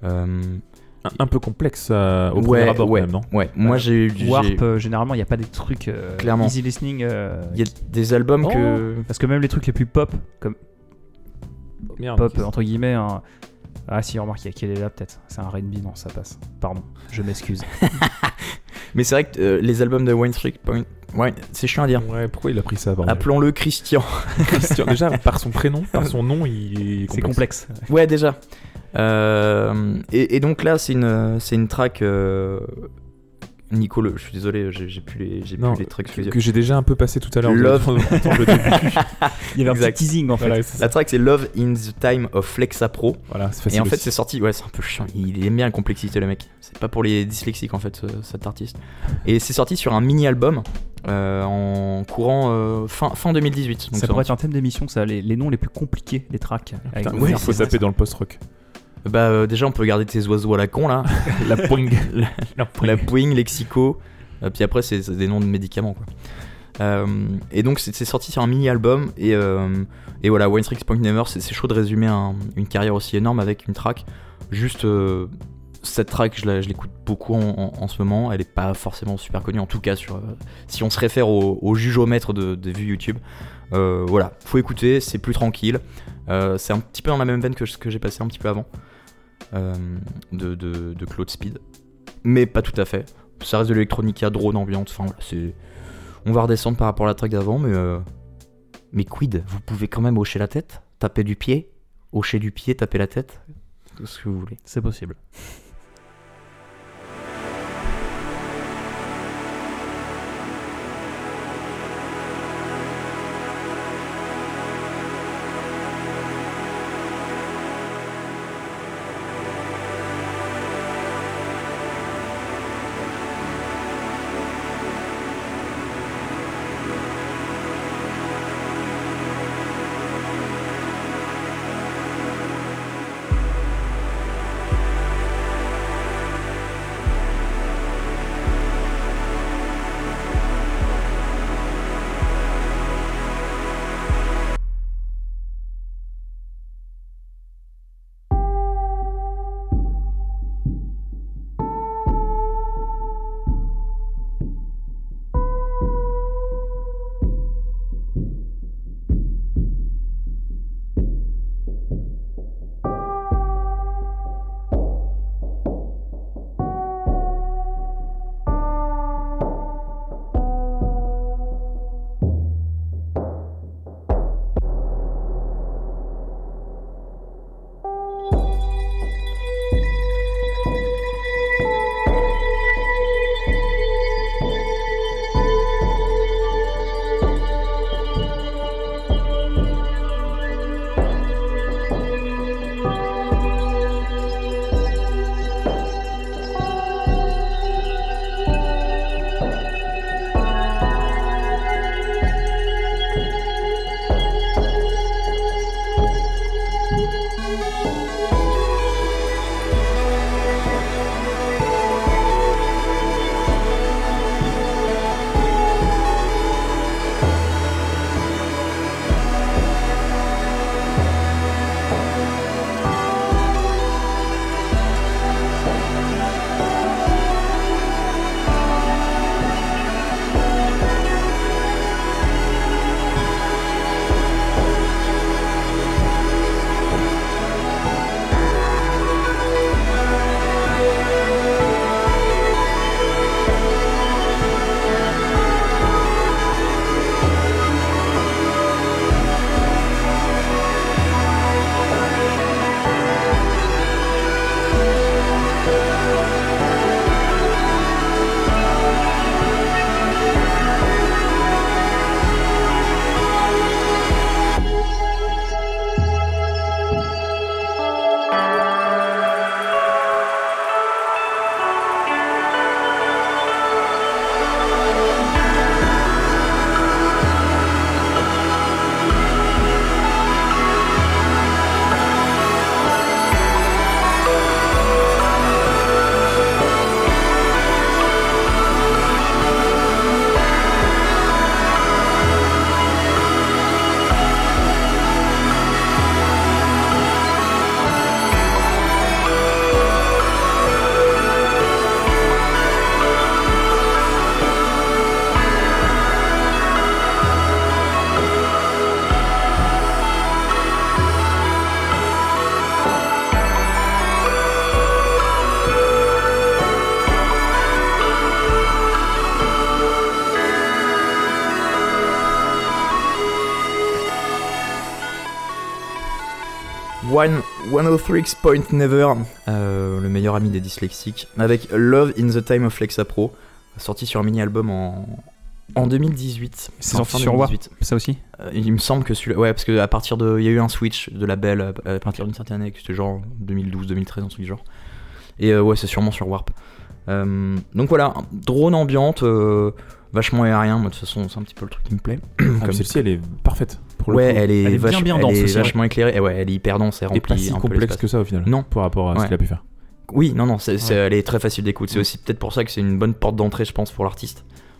Un peu complexe au premier abord, quand même, non? Ouais, moi j'ai Warp, généralement il n'y a pas des trucs easy listening. Il y a des albums que. Parce que même les trucs les plus pop, comme. Merde, pop entre guillemets. Hein... Ah si, remarque, il y a qu'elle est là peut-être. C'est un R&B, non, ça passe. Pardon, je m'excuse. Mais c'est vrai que les albums de Wine Tricks Points. Ouais, c'est chiant à dire. Ouais, pourquoi il a pris ça? Appelons-le Christian. Christian, déjà, par son prénom, par son nom, il est complexe. C'est complexe. Ouais, déjà. Et donc là, c'est une track. Nico, je suis désolé, j'ai plus les tracks que j'ai déjà un peu passé tout à l'heure. Love. Il y avait un petit teasing en fait. Voilà, la track c'est Love in the Time of Flexa Pro. Voilà, c'est facile. Et en fait, c'est sorti. Ouais, c'est un peu chiant. Il aime bien la complexité, le mec. C'est pas pour les dyslexiques en fait, cet artiste. Et c'est sorti sur un mini album. En courant fin 2018. Donc ça pourrait être un thème d'émission, ça, les noms les plus compliqués des tracks. Il faut taper dans le post-rock. Bah déjà on peut regarder tes oiseaux à la con là. La poing. La poing, lexico. Puis après c'est des noms de médicaments quoi. Et donc c'est sorti sur un mini album et voilà, Wine Tricks Points Never, c'est chaud de résumer une carrière aussi énorme avec une track juste cette track, je l'écoute beaucoup en ce moment. Elle est pas forcément super connue, en tout cas si on se réfère au jugomètre de vues YouTube. Voilà, faut écouter, c'est plus tranquille. C'est un petit peu dans la même veine que ce que j'ai passé un petit peu avant de Cloud Speed, mais pas tout à fait. Ça reste de l'électronica, drone ambiante. Enfin voilà, on va redescendre par rapport à la track d'avant, mais quid, vous pouvez quand même hocher la tête, taper du pied, hocher du pied, taper la tête, tout ce que vous voulez. C'est possible. One 103 Point Never, le meilleur ami des dyslexiques, avec Love in the Time of Lexa Pro, sorti sur un mini-album en 2018. C'est sorti sur Warp, ça aussi il me semble que celui-là, ouais, parce qu'à partir de. Il y a eu un switch de label à partir d'une certaine année, que c'était genre 2012, 2013, un truc du genre. Et ouais, c'est sûrement sur Warp. Donc voilà, drone ambiante, vachement aérien, moi de toute façon, c'est un petit peu le truc qui me plaît. Comme celle-ci, elle est parfaite. Pour le ouais, coup. elle est bien dense aussi, vachement éclairée, et ouais, elle est hyper dense, elle et pas remplit si un peu complexe l'espace. que ça au final. Non. Par rapport à ce qu'il a pu faire. Oui, non, elle est très facile d'écoute. C'est aussi peut-être pour ça que c'est une bonne porte d'entrée, je pense, pour l'artiste.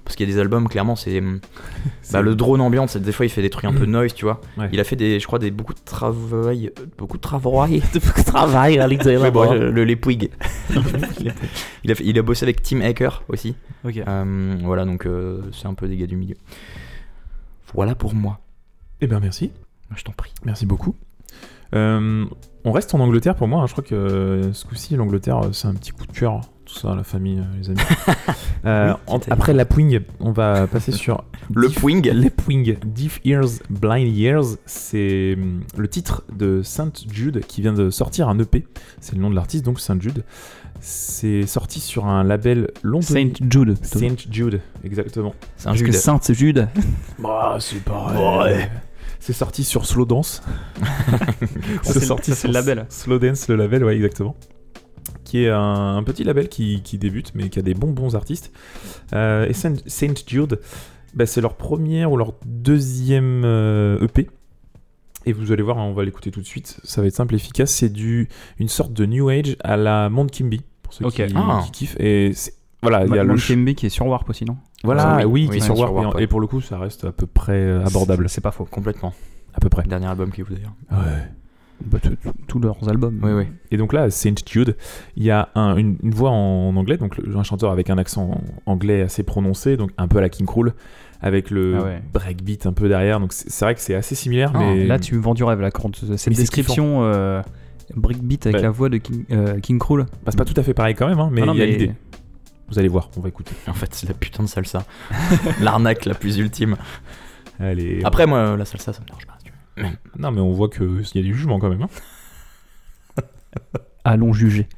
parce qu'il y a des albums, clairement, c'est le drone ambiant, des fois il fait des trucs un peu noise, tu vois. Ouais. Il a fait beaucoup de travail. Beaucoup de travail à l'extérieur. Ouais, bon, les Puig. il a bossé avec Tim Aker aussi. Ok. Voilà, donc c'est un peu des gars du milieu. Voilà pour moi. Eh bien, merci. Je t'en prie. Merci beaucoup. On reste en Angleterre pour moi. Je crois que ce coup-ci, l'Angleterre, c'est un petit coup de cœur. Tout ça, la famille, les amis. Après la Puig, on va passer sur le Puig. Les Puig. Deaf Ears, Blind Ears. C'est le titre de Saint Jude qui vient de sortir un EP. C'est le nom de l'artiste, donc Saint Jude. C'est sorti sur un label londonien. Saint Jude. Saint Jude, exactement. C'est un Jude. Sainte Jude. Bah, c'est pareil. Ouais. C'est sorti sur Slow Dance. C'est le label. Slow Dance, le label, ouais, exactement. Qui est un petit label qui débute, mais qui a des bons artistes. Et Saint Jude, c'est leur première ou leur deuxième EP. Et vous allez voir, on va l'écouter tout de suite. Ça va être simple et efficace. C'est une sorte de New Age à la Mount Kimby, pour ceux qui kiffent. Et voilà, il y a Mount Kimby qui est sur Warp aussi, non? Voilà, oui, qui est sur Warp. Et pour le coup, ça reste à peu près abordable. C'est pas faux, complètement. À peu près. Dernier album qu'ils vous d'ailleurs. Ouais. Tous leurs albums. Oui. Et donc là, Saint Jude, il y a une voix en anglais, donc un chanteur avec un accent anglais assez prononcé, donc un peu à la King Krul, avec le breakbeat un peu derrière. Donc c'est vrai que c'est assez similaire, mais là tu me vends du rêve là quand cette description breakbeat avec la voix de King Krul. C'est pas tout à fait pareil quand même, hein, mais il y a l'idée. Vous allez voir, on va écouter. En fait, c'est la putain de salsa. L'arnaque la plus ultime. Allez. Après, moi, la salsa, ça me dérange pas. Non, mais on voit qu'il y a du jugement quand même. Hein. Allons juger.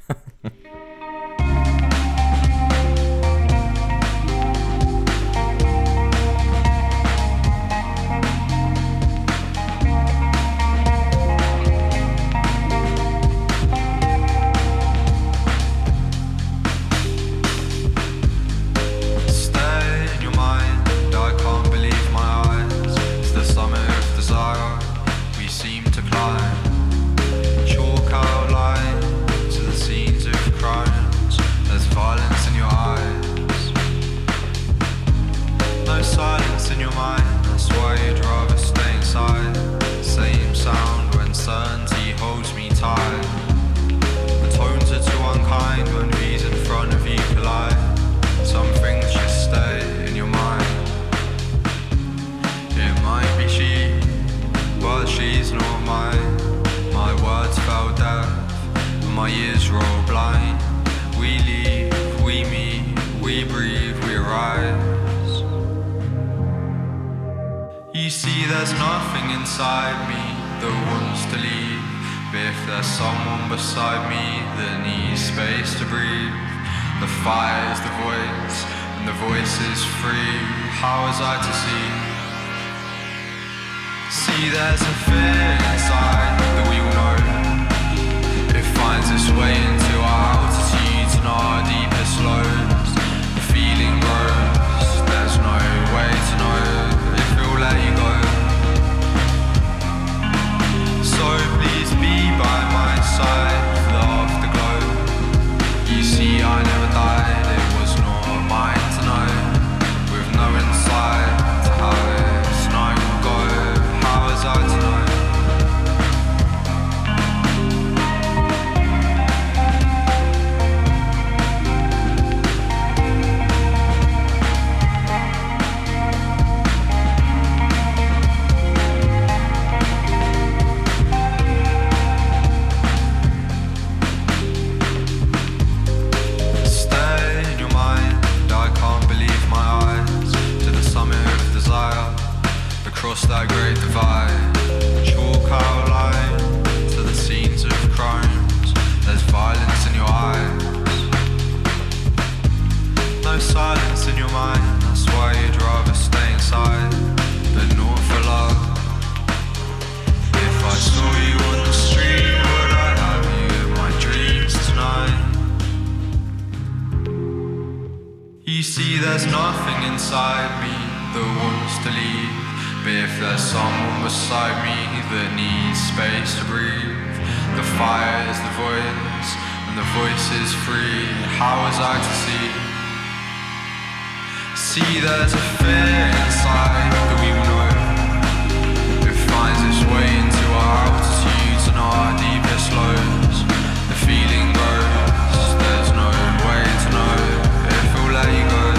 see there's a fear inside that we will know. It finds its way into our altitudes and our deepest lows. The feeling grows, there's no way to know if we'll let you go.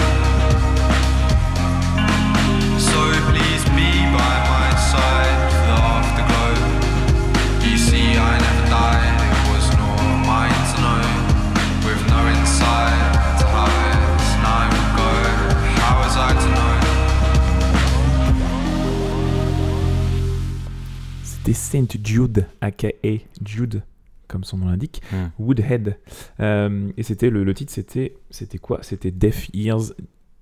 So please be by my side for the afterglow. You see I never died, it was nor mine to know. With no insight to how this night would go, how was I to know? C'était Saint Jude, aka Jude, comme son nom l'indique, Woodhead. Et c'était le titre, c'était quoi? C'était Deaf Ears,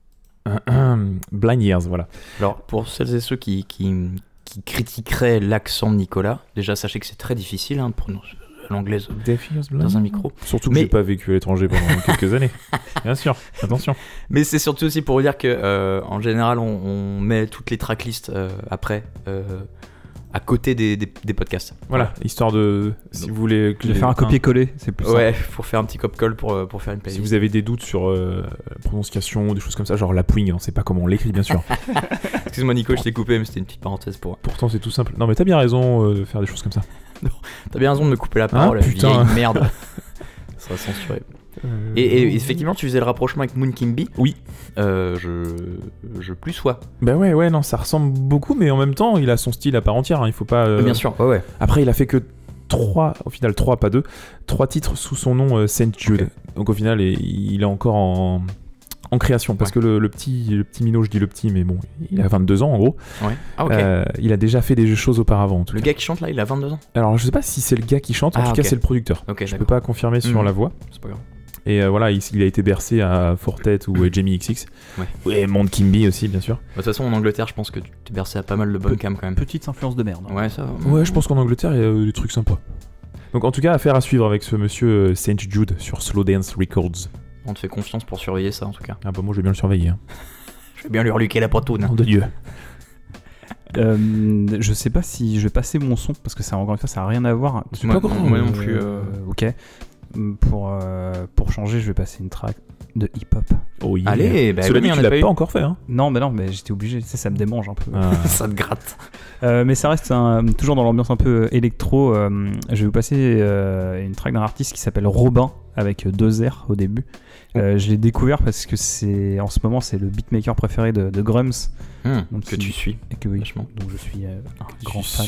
Blind Ears, voilà. Alors, pour celles et ceux qui critiqueraient l'accent de Nicolas, déjà sachez que c'est très difficile de prononcer l'anglaise Deaf Ears, Blind dans un micro. Surtout que j'ai pas vécu à l'étranger pendant quelques années. Bien sûr, attention. Mais c'est surtout aussi pour vous dire que en général, on met toutes les tracklists après. À côté des podcasts. Voilà, histoire de... Si vous voulez... Je vais faire un copier-coller, c'est plus simple. Ouais, pour faire un petit cop-call pour faire une playlist. Si vous avez des doutes sur la prononciation, des choses comme ça, genre la pouing, on sait pas comment on l'écrit, bien sûr. Excuse-moi Nico, je t'ai coupé, mais c'était une petite parenthèse pour... Pourtant, c'est tout simple. Non, mais t'as bien raison de faire des choses comme ça. Non, t'as bien raison de me couper la parole, putain. vieille merde. Ça sera censuré. Et effectivement, tu faisais le rapprochement avec Moon Kimby. Oui. Je plus sois. Bah ouais, non, ça ressemble beaucoup, mais en même temps, il a son style à part entière, il faut pas... Bien sûr, ouais. Après, il a fait que 3 pas 2, 3 titres sous son nom Saint Jude. Okay. Donc au final, il est encore en création, parce que le petit minot, je dis le petit, mais bon, il a 22 ans en gros. Ouais. Ah, ok. Il a déjà fait des choses auparavant. Le gars qui chante là, il a 22 ans. Alors je sais pas si c'est le gars qui chante, en tout cas c'est le producteur. Okay, je peux pas confirmer sur la voix. C'est pas grave. Et voilà, il a été bercé à Fortet ou Jamie XX. Ouais, Monde Kimby aussi, bien sûr. De toute façon, en Angleterre, je pense que tu t'es bercé à pas mal de bonnes cam quand même. Petite influence de merde. Ouais, ça. Ouais, je pense qu'en Angleterre, il y a des trucs sympas. Donc en tout cas, affaire à suivre avec ce monsieur Saint Jude sur Slow Dance Records. On te fait confiance pour surveiller ça en tout cas. Ah bah moi, je vais bien le surveiller. Hein. Je vais bien lui reluquer la poitoune. Nom de Dieu. Je sais pas si je vais passer mon son parce que ça, encore une fois, ça a rien à voir. C'est pas grave. Moi non plus. Ok. Pour changer, je vais passer une track de hip-hop. Oh yeah. Allez, bah cela oui, dit, tu l'as pas encore fait, hein. Non, mais j'étais obligé. Ça me démange un peu. Ça te gratte. Mais ça reste toujours dans l'ambiance un peu électro. Je vais vous passer une track d'un artiste qui s'appelle Robin avec 2 R au début. Je l'ai découvert parce que en ce moment c'est le beatmaker préféré de Grums. Donc que tu suis. Et que oui, vachement. Donc je suis un grand fan.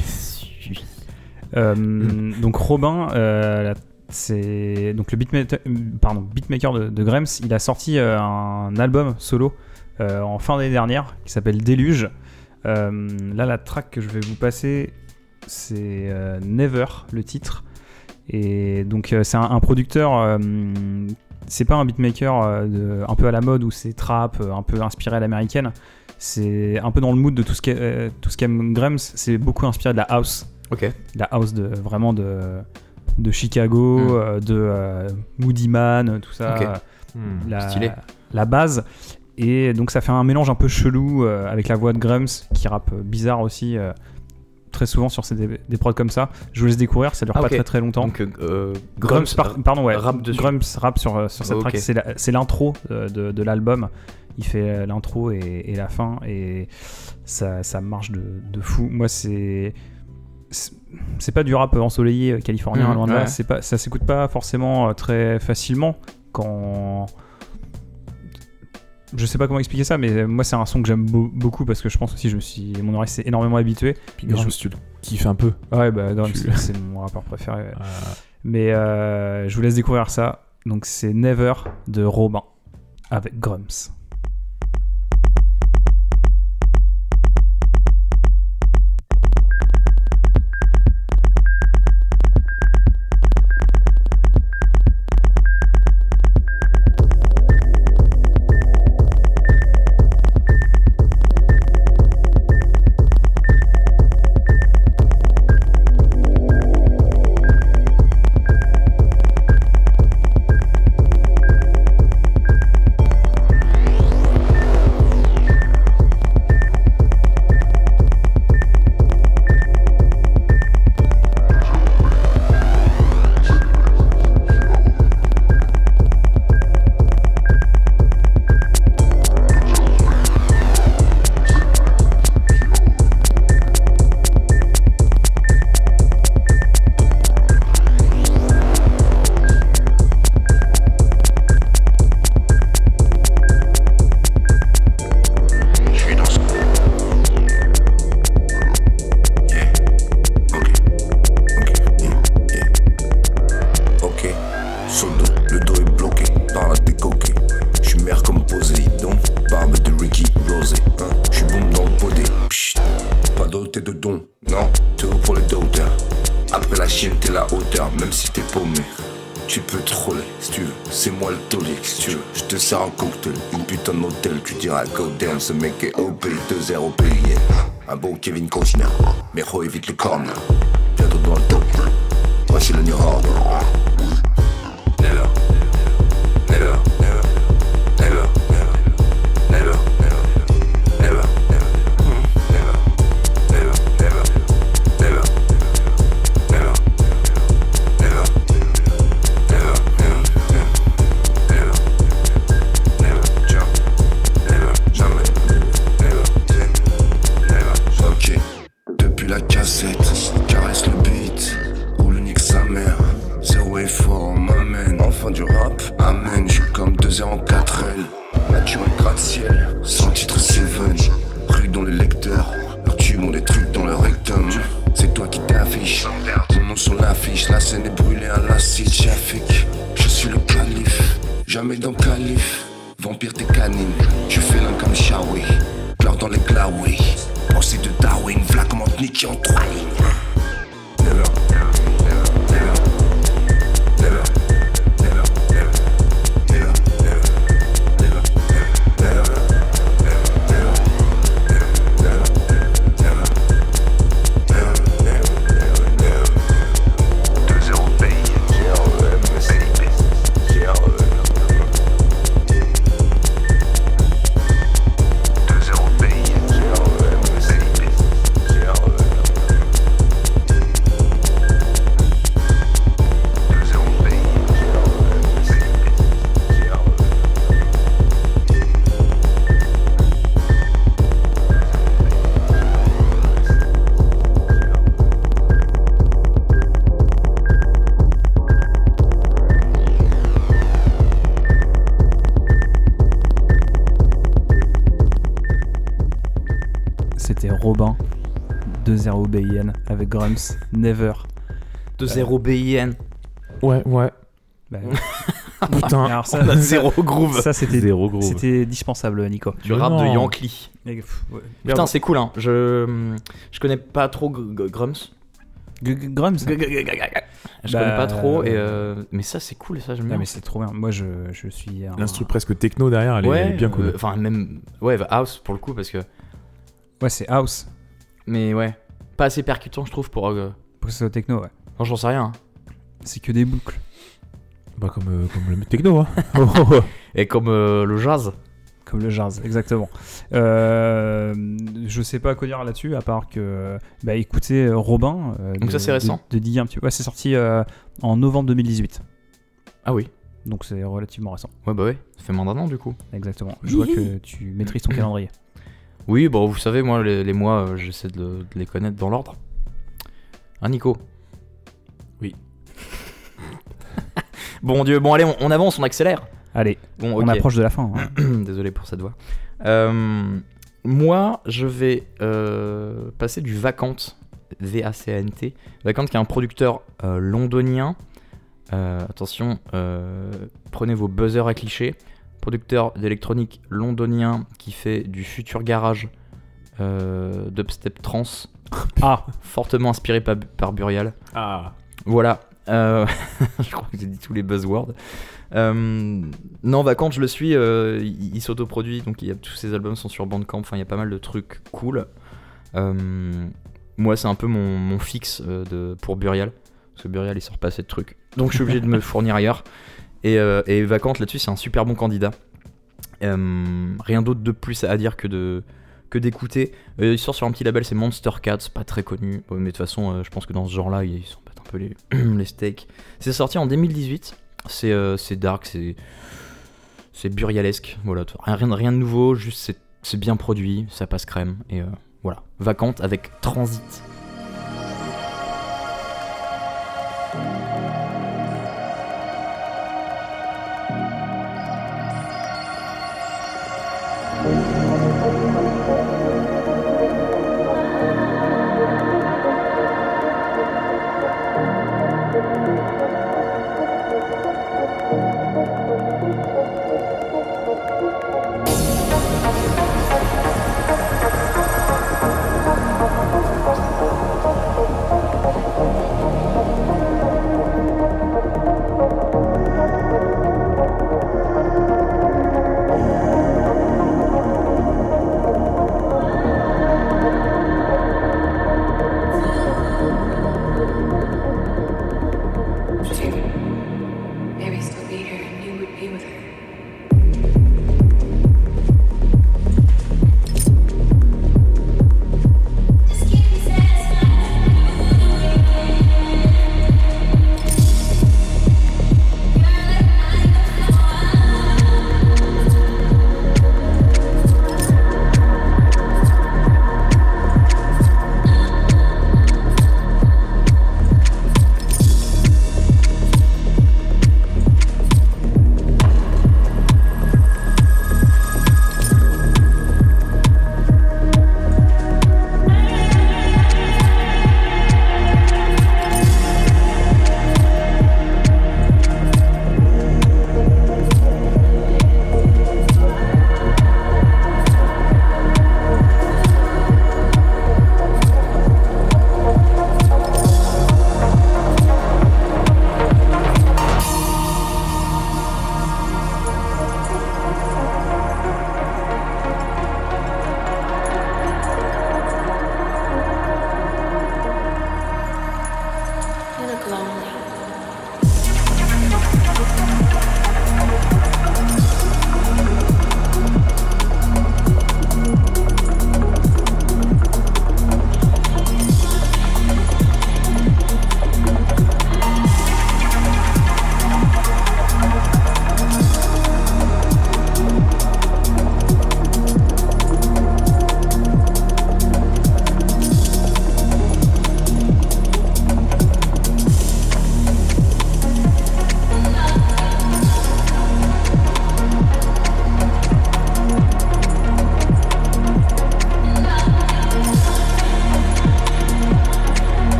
Donc Robin, c'est donc le beatmaker de Grums. Il a sorti un album solo en fin d'année dernière qui s'appelle Déluge. Là, la track que je vais vous passer, c'est Never, le titre. Et donc c'est un producteur. C'est pas un beatmaker un peu à la mode où c'est trap, un peu inspiré à l'américaine. C'est un peu dans le mood de tout ce qu'aime Grums. C'est beaucoup inspiré de la house. Ok. La house vraiment de Chicago, de Moody Man, tout ça. Okay. Stylé. La base. Et donc ça fait un mélange un peu chelou avec la voix de Grums qui rappe bizarre aussi. Très souvent sur des prods comme ça. Je vous laisse découvrir, ça dure pas très très longtemps. Donc Grums rappe dessus. Grums rappe sur cette track. C'est l'intro de l'album. Il fait l'intro et la fin et ça marche de fou. Moi c'est pas du rap ensoleillé californien, loin de là. Ça s'écoute pas forcément très facilement quand... Je sais pas comment expliquer ça, mais moi c'est un son que j'aime beaucoup parce que je pense aussi mon oreille s'est énormément habitué. Puis Grums, tu le kiffes un peu. Ouais, bah Grums, c'est mon rappeur préféré. Mais je vous laisse découvrir ça. Donc c'est Never de Robin avec Grums. tout pour les douteurs. Après la chienne, t'es la hauteur, même si t'es paumé. Tu peux troller si tu veux, c'est moi le taulier si tu veux. Je te sers un cocktail, une putain d'hôtel, tu diras go damn, ce mec est OP, 2-0 payé. Un bon Kevin Costner, mais évite le corner. Bientôt dans le top, voici le New Order. Never, never, never, never, never, never, never, caresse le beat, ou le nique sa mère. Zéro effort, on m'amène. Enfant du rap, amen. J'suis comme 2 heures en 4L. Naturel gratte-ciel, sans titre Seven. Rue dans les lecteurs, leurs tubes ont des trucs dans leur rectum. C'est toi qui t'affiches, mon nom sur l'affiche. La scène est brûlée à l'acide Jaffic. Je suis le calife, jamais dans le calife. Vampire t'es canine, tu fais l'un comme Shawi. Pleure dans les glaouis. Pensée de Darwin, v'là comment te niquer en 3 lignes. Never, never, never, never, never, never, never, never, C'était Robin 2-0 BIN avec Grums, Never. 2-0 BIN. Ouais. Bah, Putain, alors ça, On a zéro groove. ça c'était zéro groove. c'était dispensable, Nico. Du rap de Yankee. Ouais. Putain, c'est cool, hein. Je connais pas trop Grums. Grums. Je Bah, connais pas trop, mais ça c'est cool, ça j'aime Ah, bien. mais c'est trop bien. Moi je suis L'instru presque techno derrière, elle est bien cool. Enfin, même. Ouais, house pour le coup, parce que. Ouais, c'est house. Mais ouais. Pas assez percutant, je trouve, pour. Pour que ce soit techno, ouais. Non, j'en sais rien. Hein. C'est que des boucles. Bah, comme le techno, hein. Et comme le jazz. Comme le jazz, exactement. Je sais pas quoi dire là-dessus, à part que. Bah écoutez, Robin. Donc ça, c'est récent. De DJ un petit peu. Ouais, c'est sorti en novembre 2018. Ah oui. Donc c'est relativement récent. Ouais, bah ouais. Ça fait moins d'un an du coup. Exactement. Je vois que tu maîtrises ton calendrier. Oui, bon, vous savez, moi, les mois, j'essaie de les connaître dans l'ordre. Hein, Nico? Oui. Bon Dieu, bon, allez, on avance, on accélère. Allez, Bon, on ok. approche de la fin. Hein. Désolé pour cette voix. Moi, je vais passer du Vacant, V-A-C-A-N-T. Vacant, qui est un producteur londonien. Attention, prenez vos buzzers à clichés. Producteur d'électronique londonien qui fait du futur garage, dubstep trance, fortement inspiré par Burial. Ah. Voilà, je crois que j'ai dit tous les buzzwords. Non, Vacant, je le suis, il s'autoproduit, donc tous ses albums sont sur Bandcamp, enfin il y a pas mal de trucs cool. Moi, c'est un peu mon fixe pour Burial, parce que Burial il sort pas assez de trucs, donc je suis obligé de me fournir ailleurs. Et Vacant là-dessus, c'est un super bon candidat. Rien d'autre de plus à dire que d'écouter. Il sort sur un petit label, c'est Monster Cat, c'est pas très connu, mais de toute façon, je pense que dans ce genre-là, ils sont pas un peu les steaks. C'est sorti en 2018. C'est dark, c'est burialesque. Voilà, rien de nouveau, juste c'est bien produit, ça passe crème. Et voilà, Vacant avec Transit.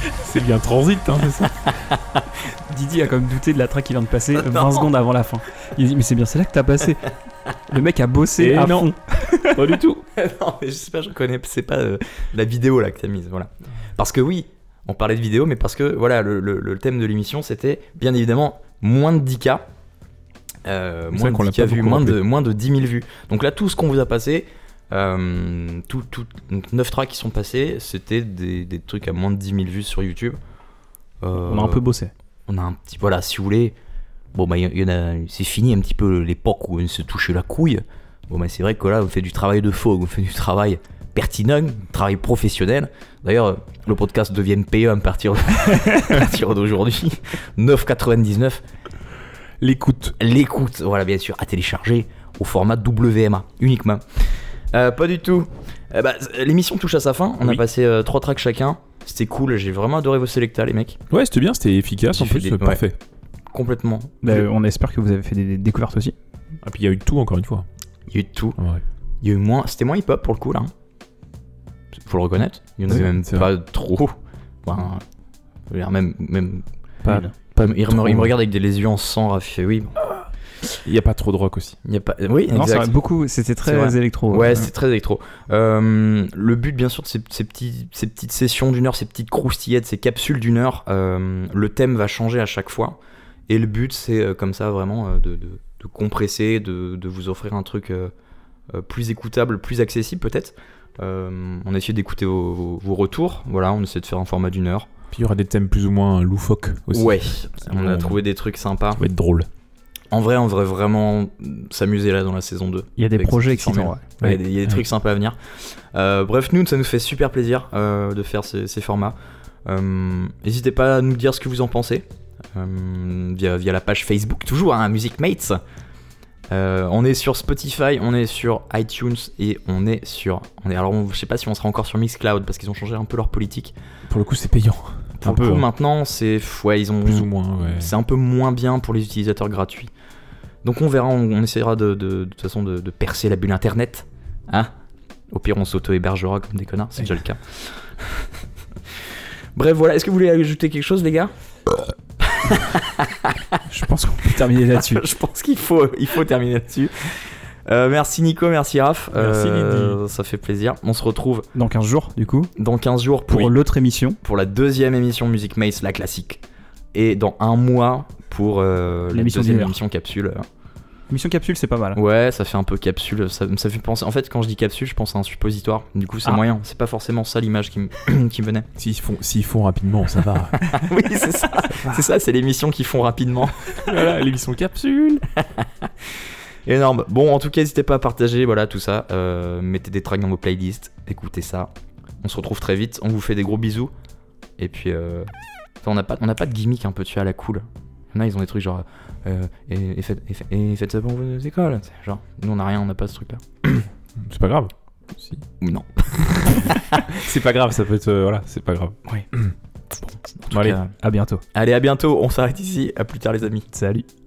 C'est bien transit, hein, c'est ça. Didi a comme douté de la track qui vient de passer 20 secondes avant la fin. Il dit mais c'est bien, c'est là que t'as passé. Le mec a bossé Et à non. fond. Pas du tout. Non, mais je sais pas, je connais, c'est pas la vidéo là que t'as mise, voilà. Parce que oui, on parlait de vidéo, mais parce que voilà, le thème de l'émission c'était bien évidemment moins de 10K. Moins de 10K vues, moins de 10 000 vues. Donc là, tout ce qu'on vous a passé, donc 9 tracks qui sont passés, c'était des trucs à moins de 10 000 vues sur YouTube. On a un peu bossé. On a un petit, voilà, si vous voulez. Bon, bah, y en a, c'est fini un petit peu l'époque où on se touchait la couille. Bon, bah, c'est vrai que là, on fait du travail de faux, on fait du travail pertinent, du travail professionnel. D'ailleurs, le podcast devient payant à partir d'aujourd'hui. 9,99. L'écoute, voilà, bien sûr, à télécharger au format WMA uniquement. Pas du tout. L'émission touche à sa fin. On a passé 3 tracks chacun. C'était cool. J'ai vraiment adoré vos selectas, les mecs. Ouais, c'était bien, c'était efficace. En plus, c'est parfait. Complètement. On espère que vous avez fait des découvertes aussi. Ah, puis il y a eu de tout, encore une fois. Il y a eu de tout. Ouais. Il y a eu moins. C'était moins hip-hop pour le coup, là. Faut le reconnaître. Il y en avait même pas trop. Enfin, même Pas il me regarde avec des yeux en sang, Raph, il fait oui. Il n'y a pas trop de rock aussi. Il y a pas, oui, non, exact. c'est beaucoup, c'était très électro. Ouais, c'était très électro. Le but, bien sûr, de ces petites sessions d'une heure, ces petites croustillettes, ces capsules d'une heure, le thème va changer à chaque fois. Et le but, c'est comme ça, vraiment, de compresser, de vous offrir un truc plus écoutable, plus accessible, peut-être. On a essayé d'écouter vos retours. Voilà, on essaie de faire un format d'une heure. Puis il y aura des thèmes plus ou moins loufoques aussi. Ouais, on a trouvé des trucs sympas. Ça va être drôle. En vrai, on devrait vraiment s'amuser là dans la saison 2. Il y a des projets excitants. Ouais. Il y a des trucs sympas à venir. Bref, nous, ça nous fait super plaisir de faire ces formats. N'hésitez pas à nous dire ce que vous en pensez via la page Facebook, toujours, hein, Music Mates. On est sur Spotify, on est sur iTunes et alors, je sais pas si on sera encore sur Mixcloud parce qu'ils ont changé un peu leur politique. Pour le coup, c'est payant. Pour le coup, maintenant, ils ont plus ou moins. Ouais. C'est un peu moins bien pour les utilisateurs gratuits. Donc on verra, on essaiera de toute façon de percer la bulle internet. Hein ? Au pire, on s'auto-hébergera comme des connards, c'est déjà le cas. Bref, voilà. Est-ce que vous voulez ajouter quelque chose, les gars ? Je pense qu'on peut terminer là-dessus. Je pense qu'il faut terminer là-dessus. Merci Nico, merci Raph. Merci Lydie. Ça fait plaisir. On se retrouve dans 15 jours, du coup. Dans 15 jours pour l'autre émission. Pour la deuxième émission Music Mates, la classique. Et dans un mois pour la deuxième émission capsule. Émission capsule, c'est pas mal. Ouais, ça fait un peu capsule. Ça fait penser. En fait, quand je dis capsule, je pense à un suppositoire. Du coup, c'est moyen. C'est pas forcément ça l'image qui me venait. S'ils font rapidement, ça va. Oui, c'est ça. C'est ça, c'est l'émission qu'ils font rapidement. Voilà, l'émission capsule. Énorme. Bon, en tout cas, n'hésitez pas à partager, voilà, tout ça. Mettez des tracks dans vos playlists. Écoutez ça. On se retrouve très vite. On vous fait des gros bisous. Et puis, on n'a pas de gimmick un peu tué à la cool. Il y en a, ils ont des trucs genre. Et faites ça pour vos écoles. Genre, nous, on n'a rien, on n'a pas ce truc-là. C'est pas grave. Si. Non. C'est pas grave, ça peut être. Voilà, c'est pas grave. Oui. Bon, allez, à bientôt. Allez, à bientôt. On s'arrête ici. À plus tard, les amis. Salut.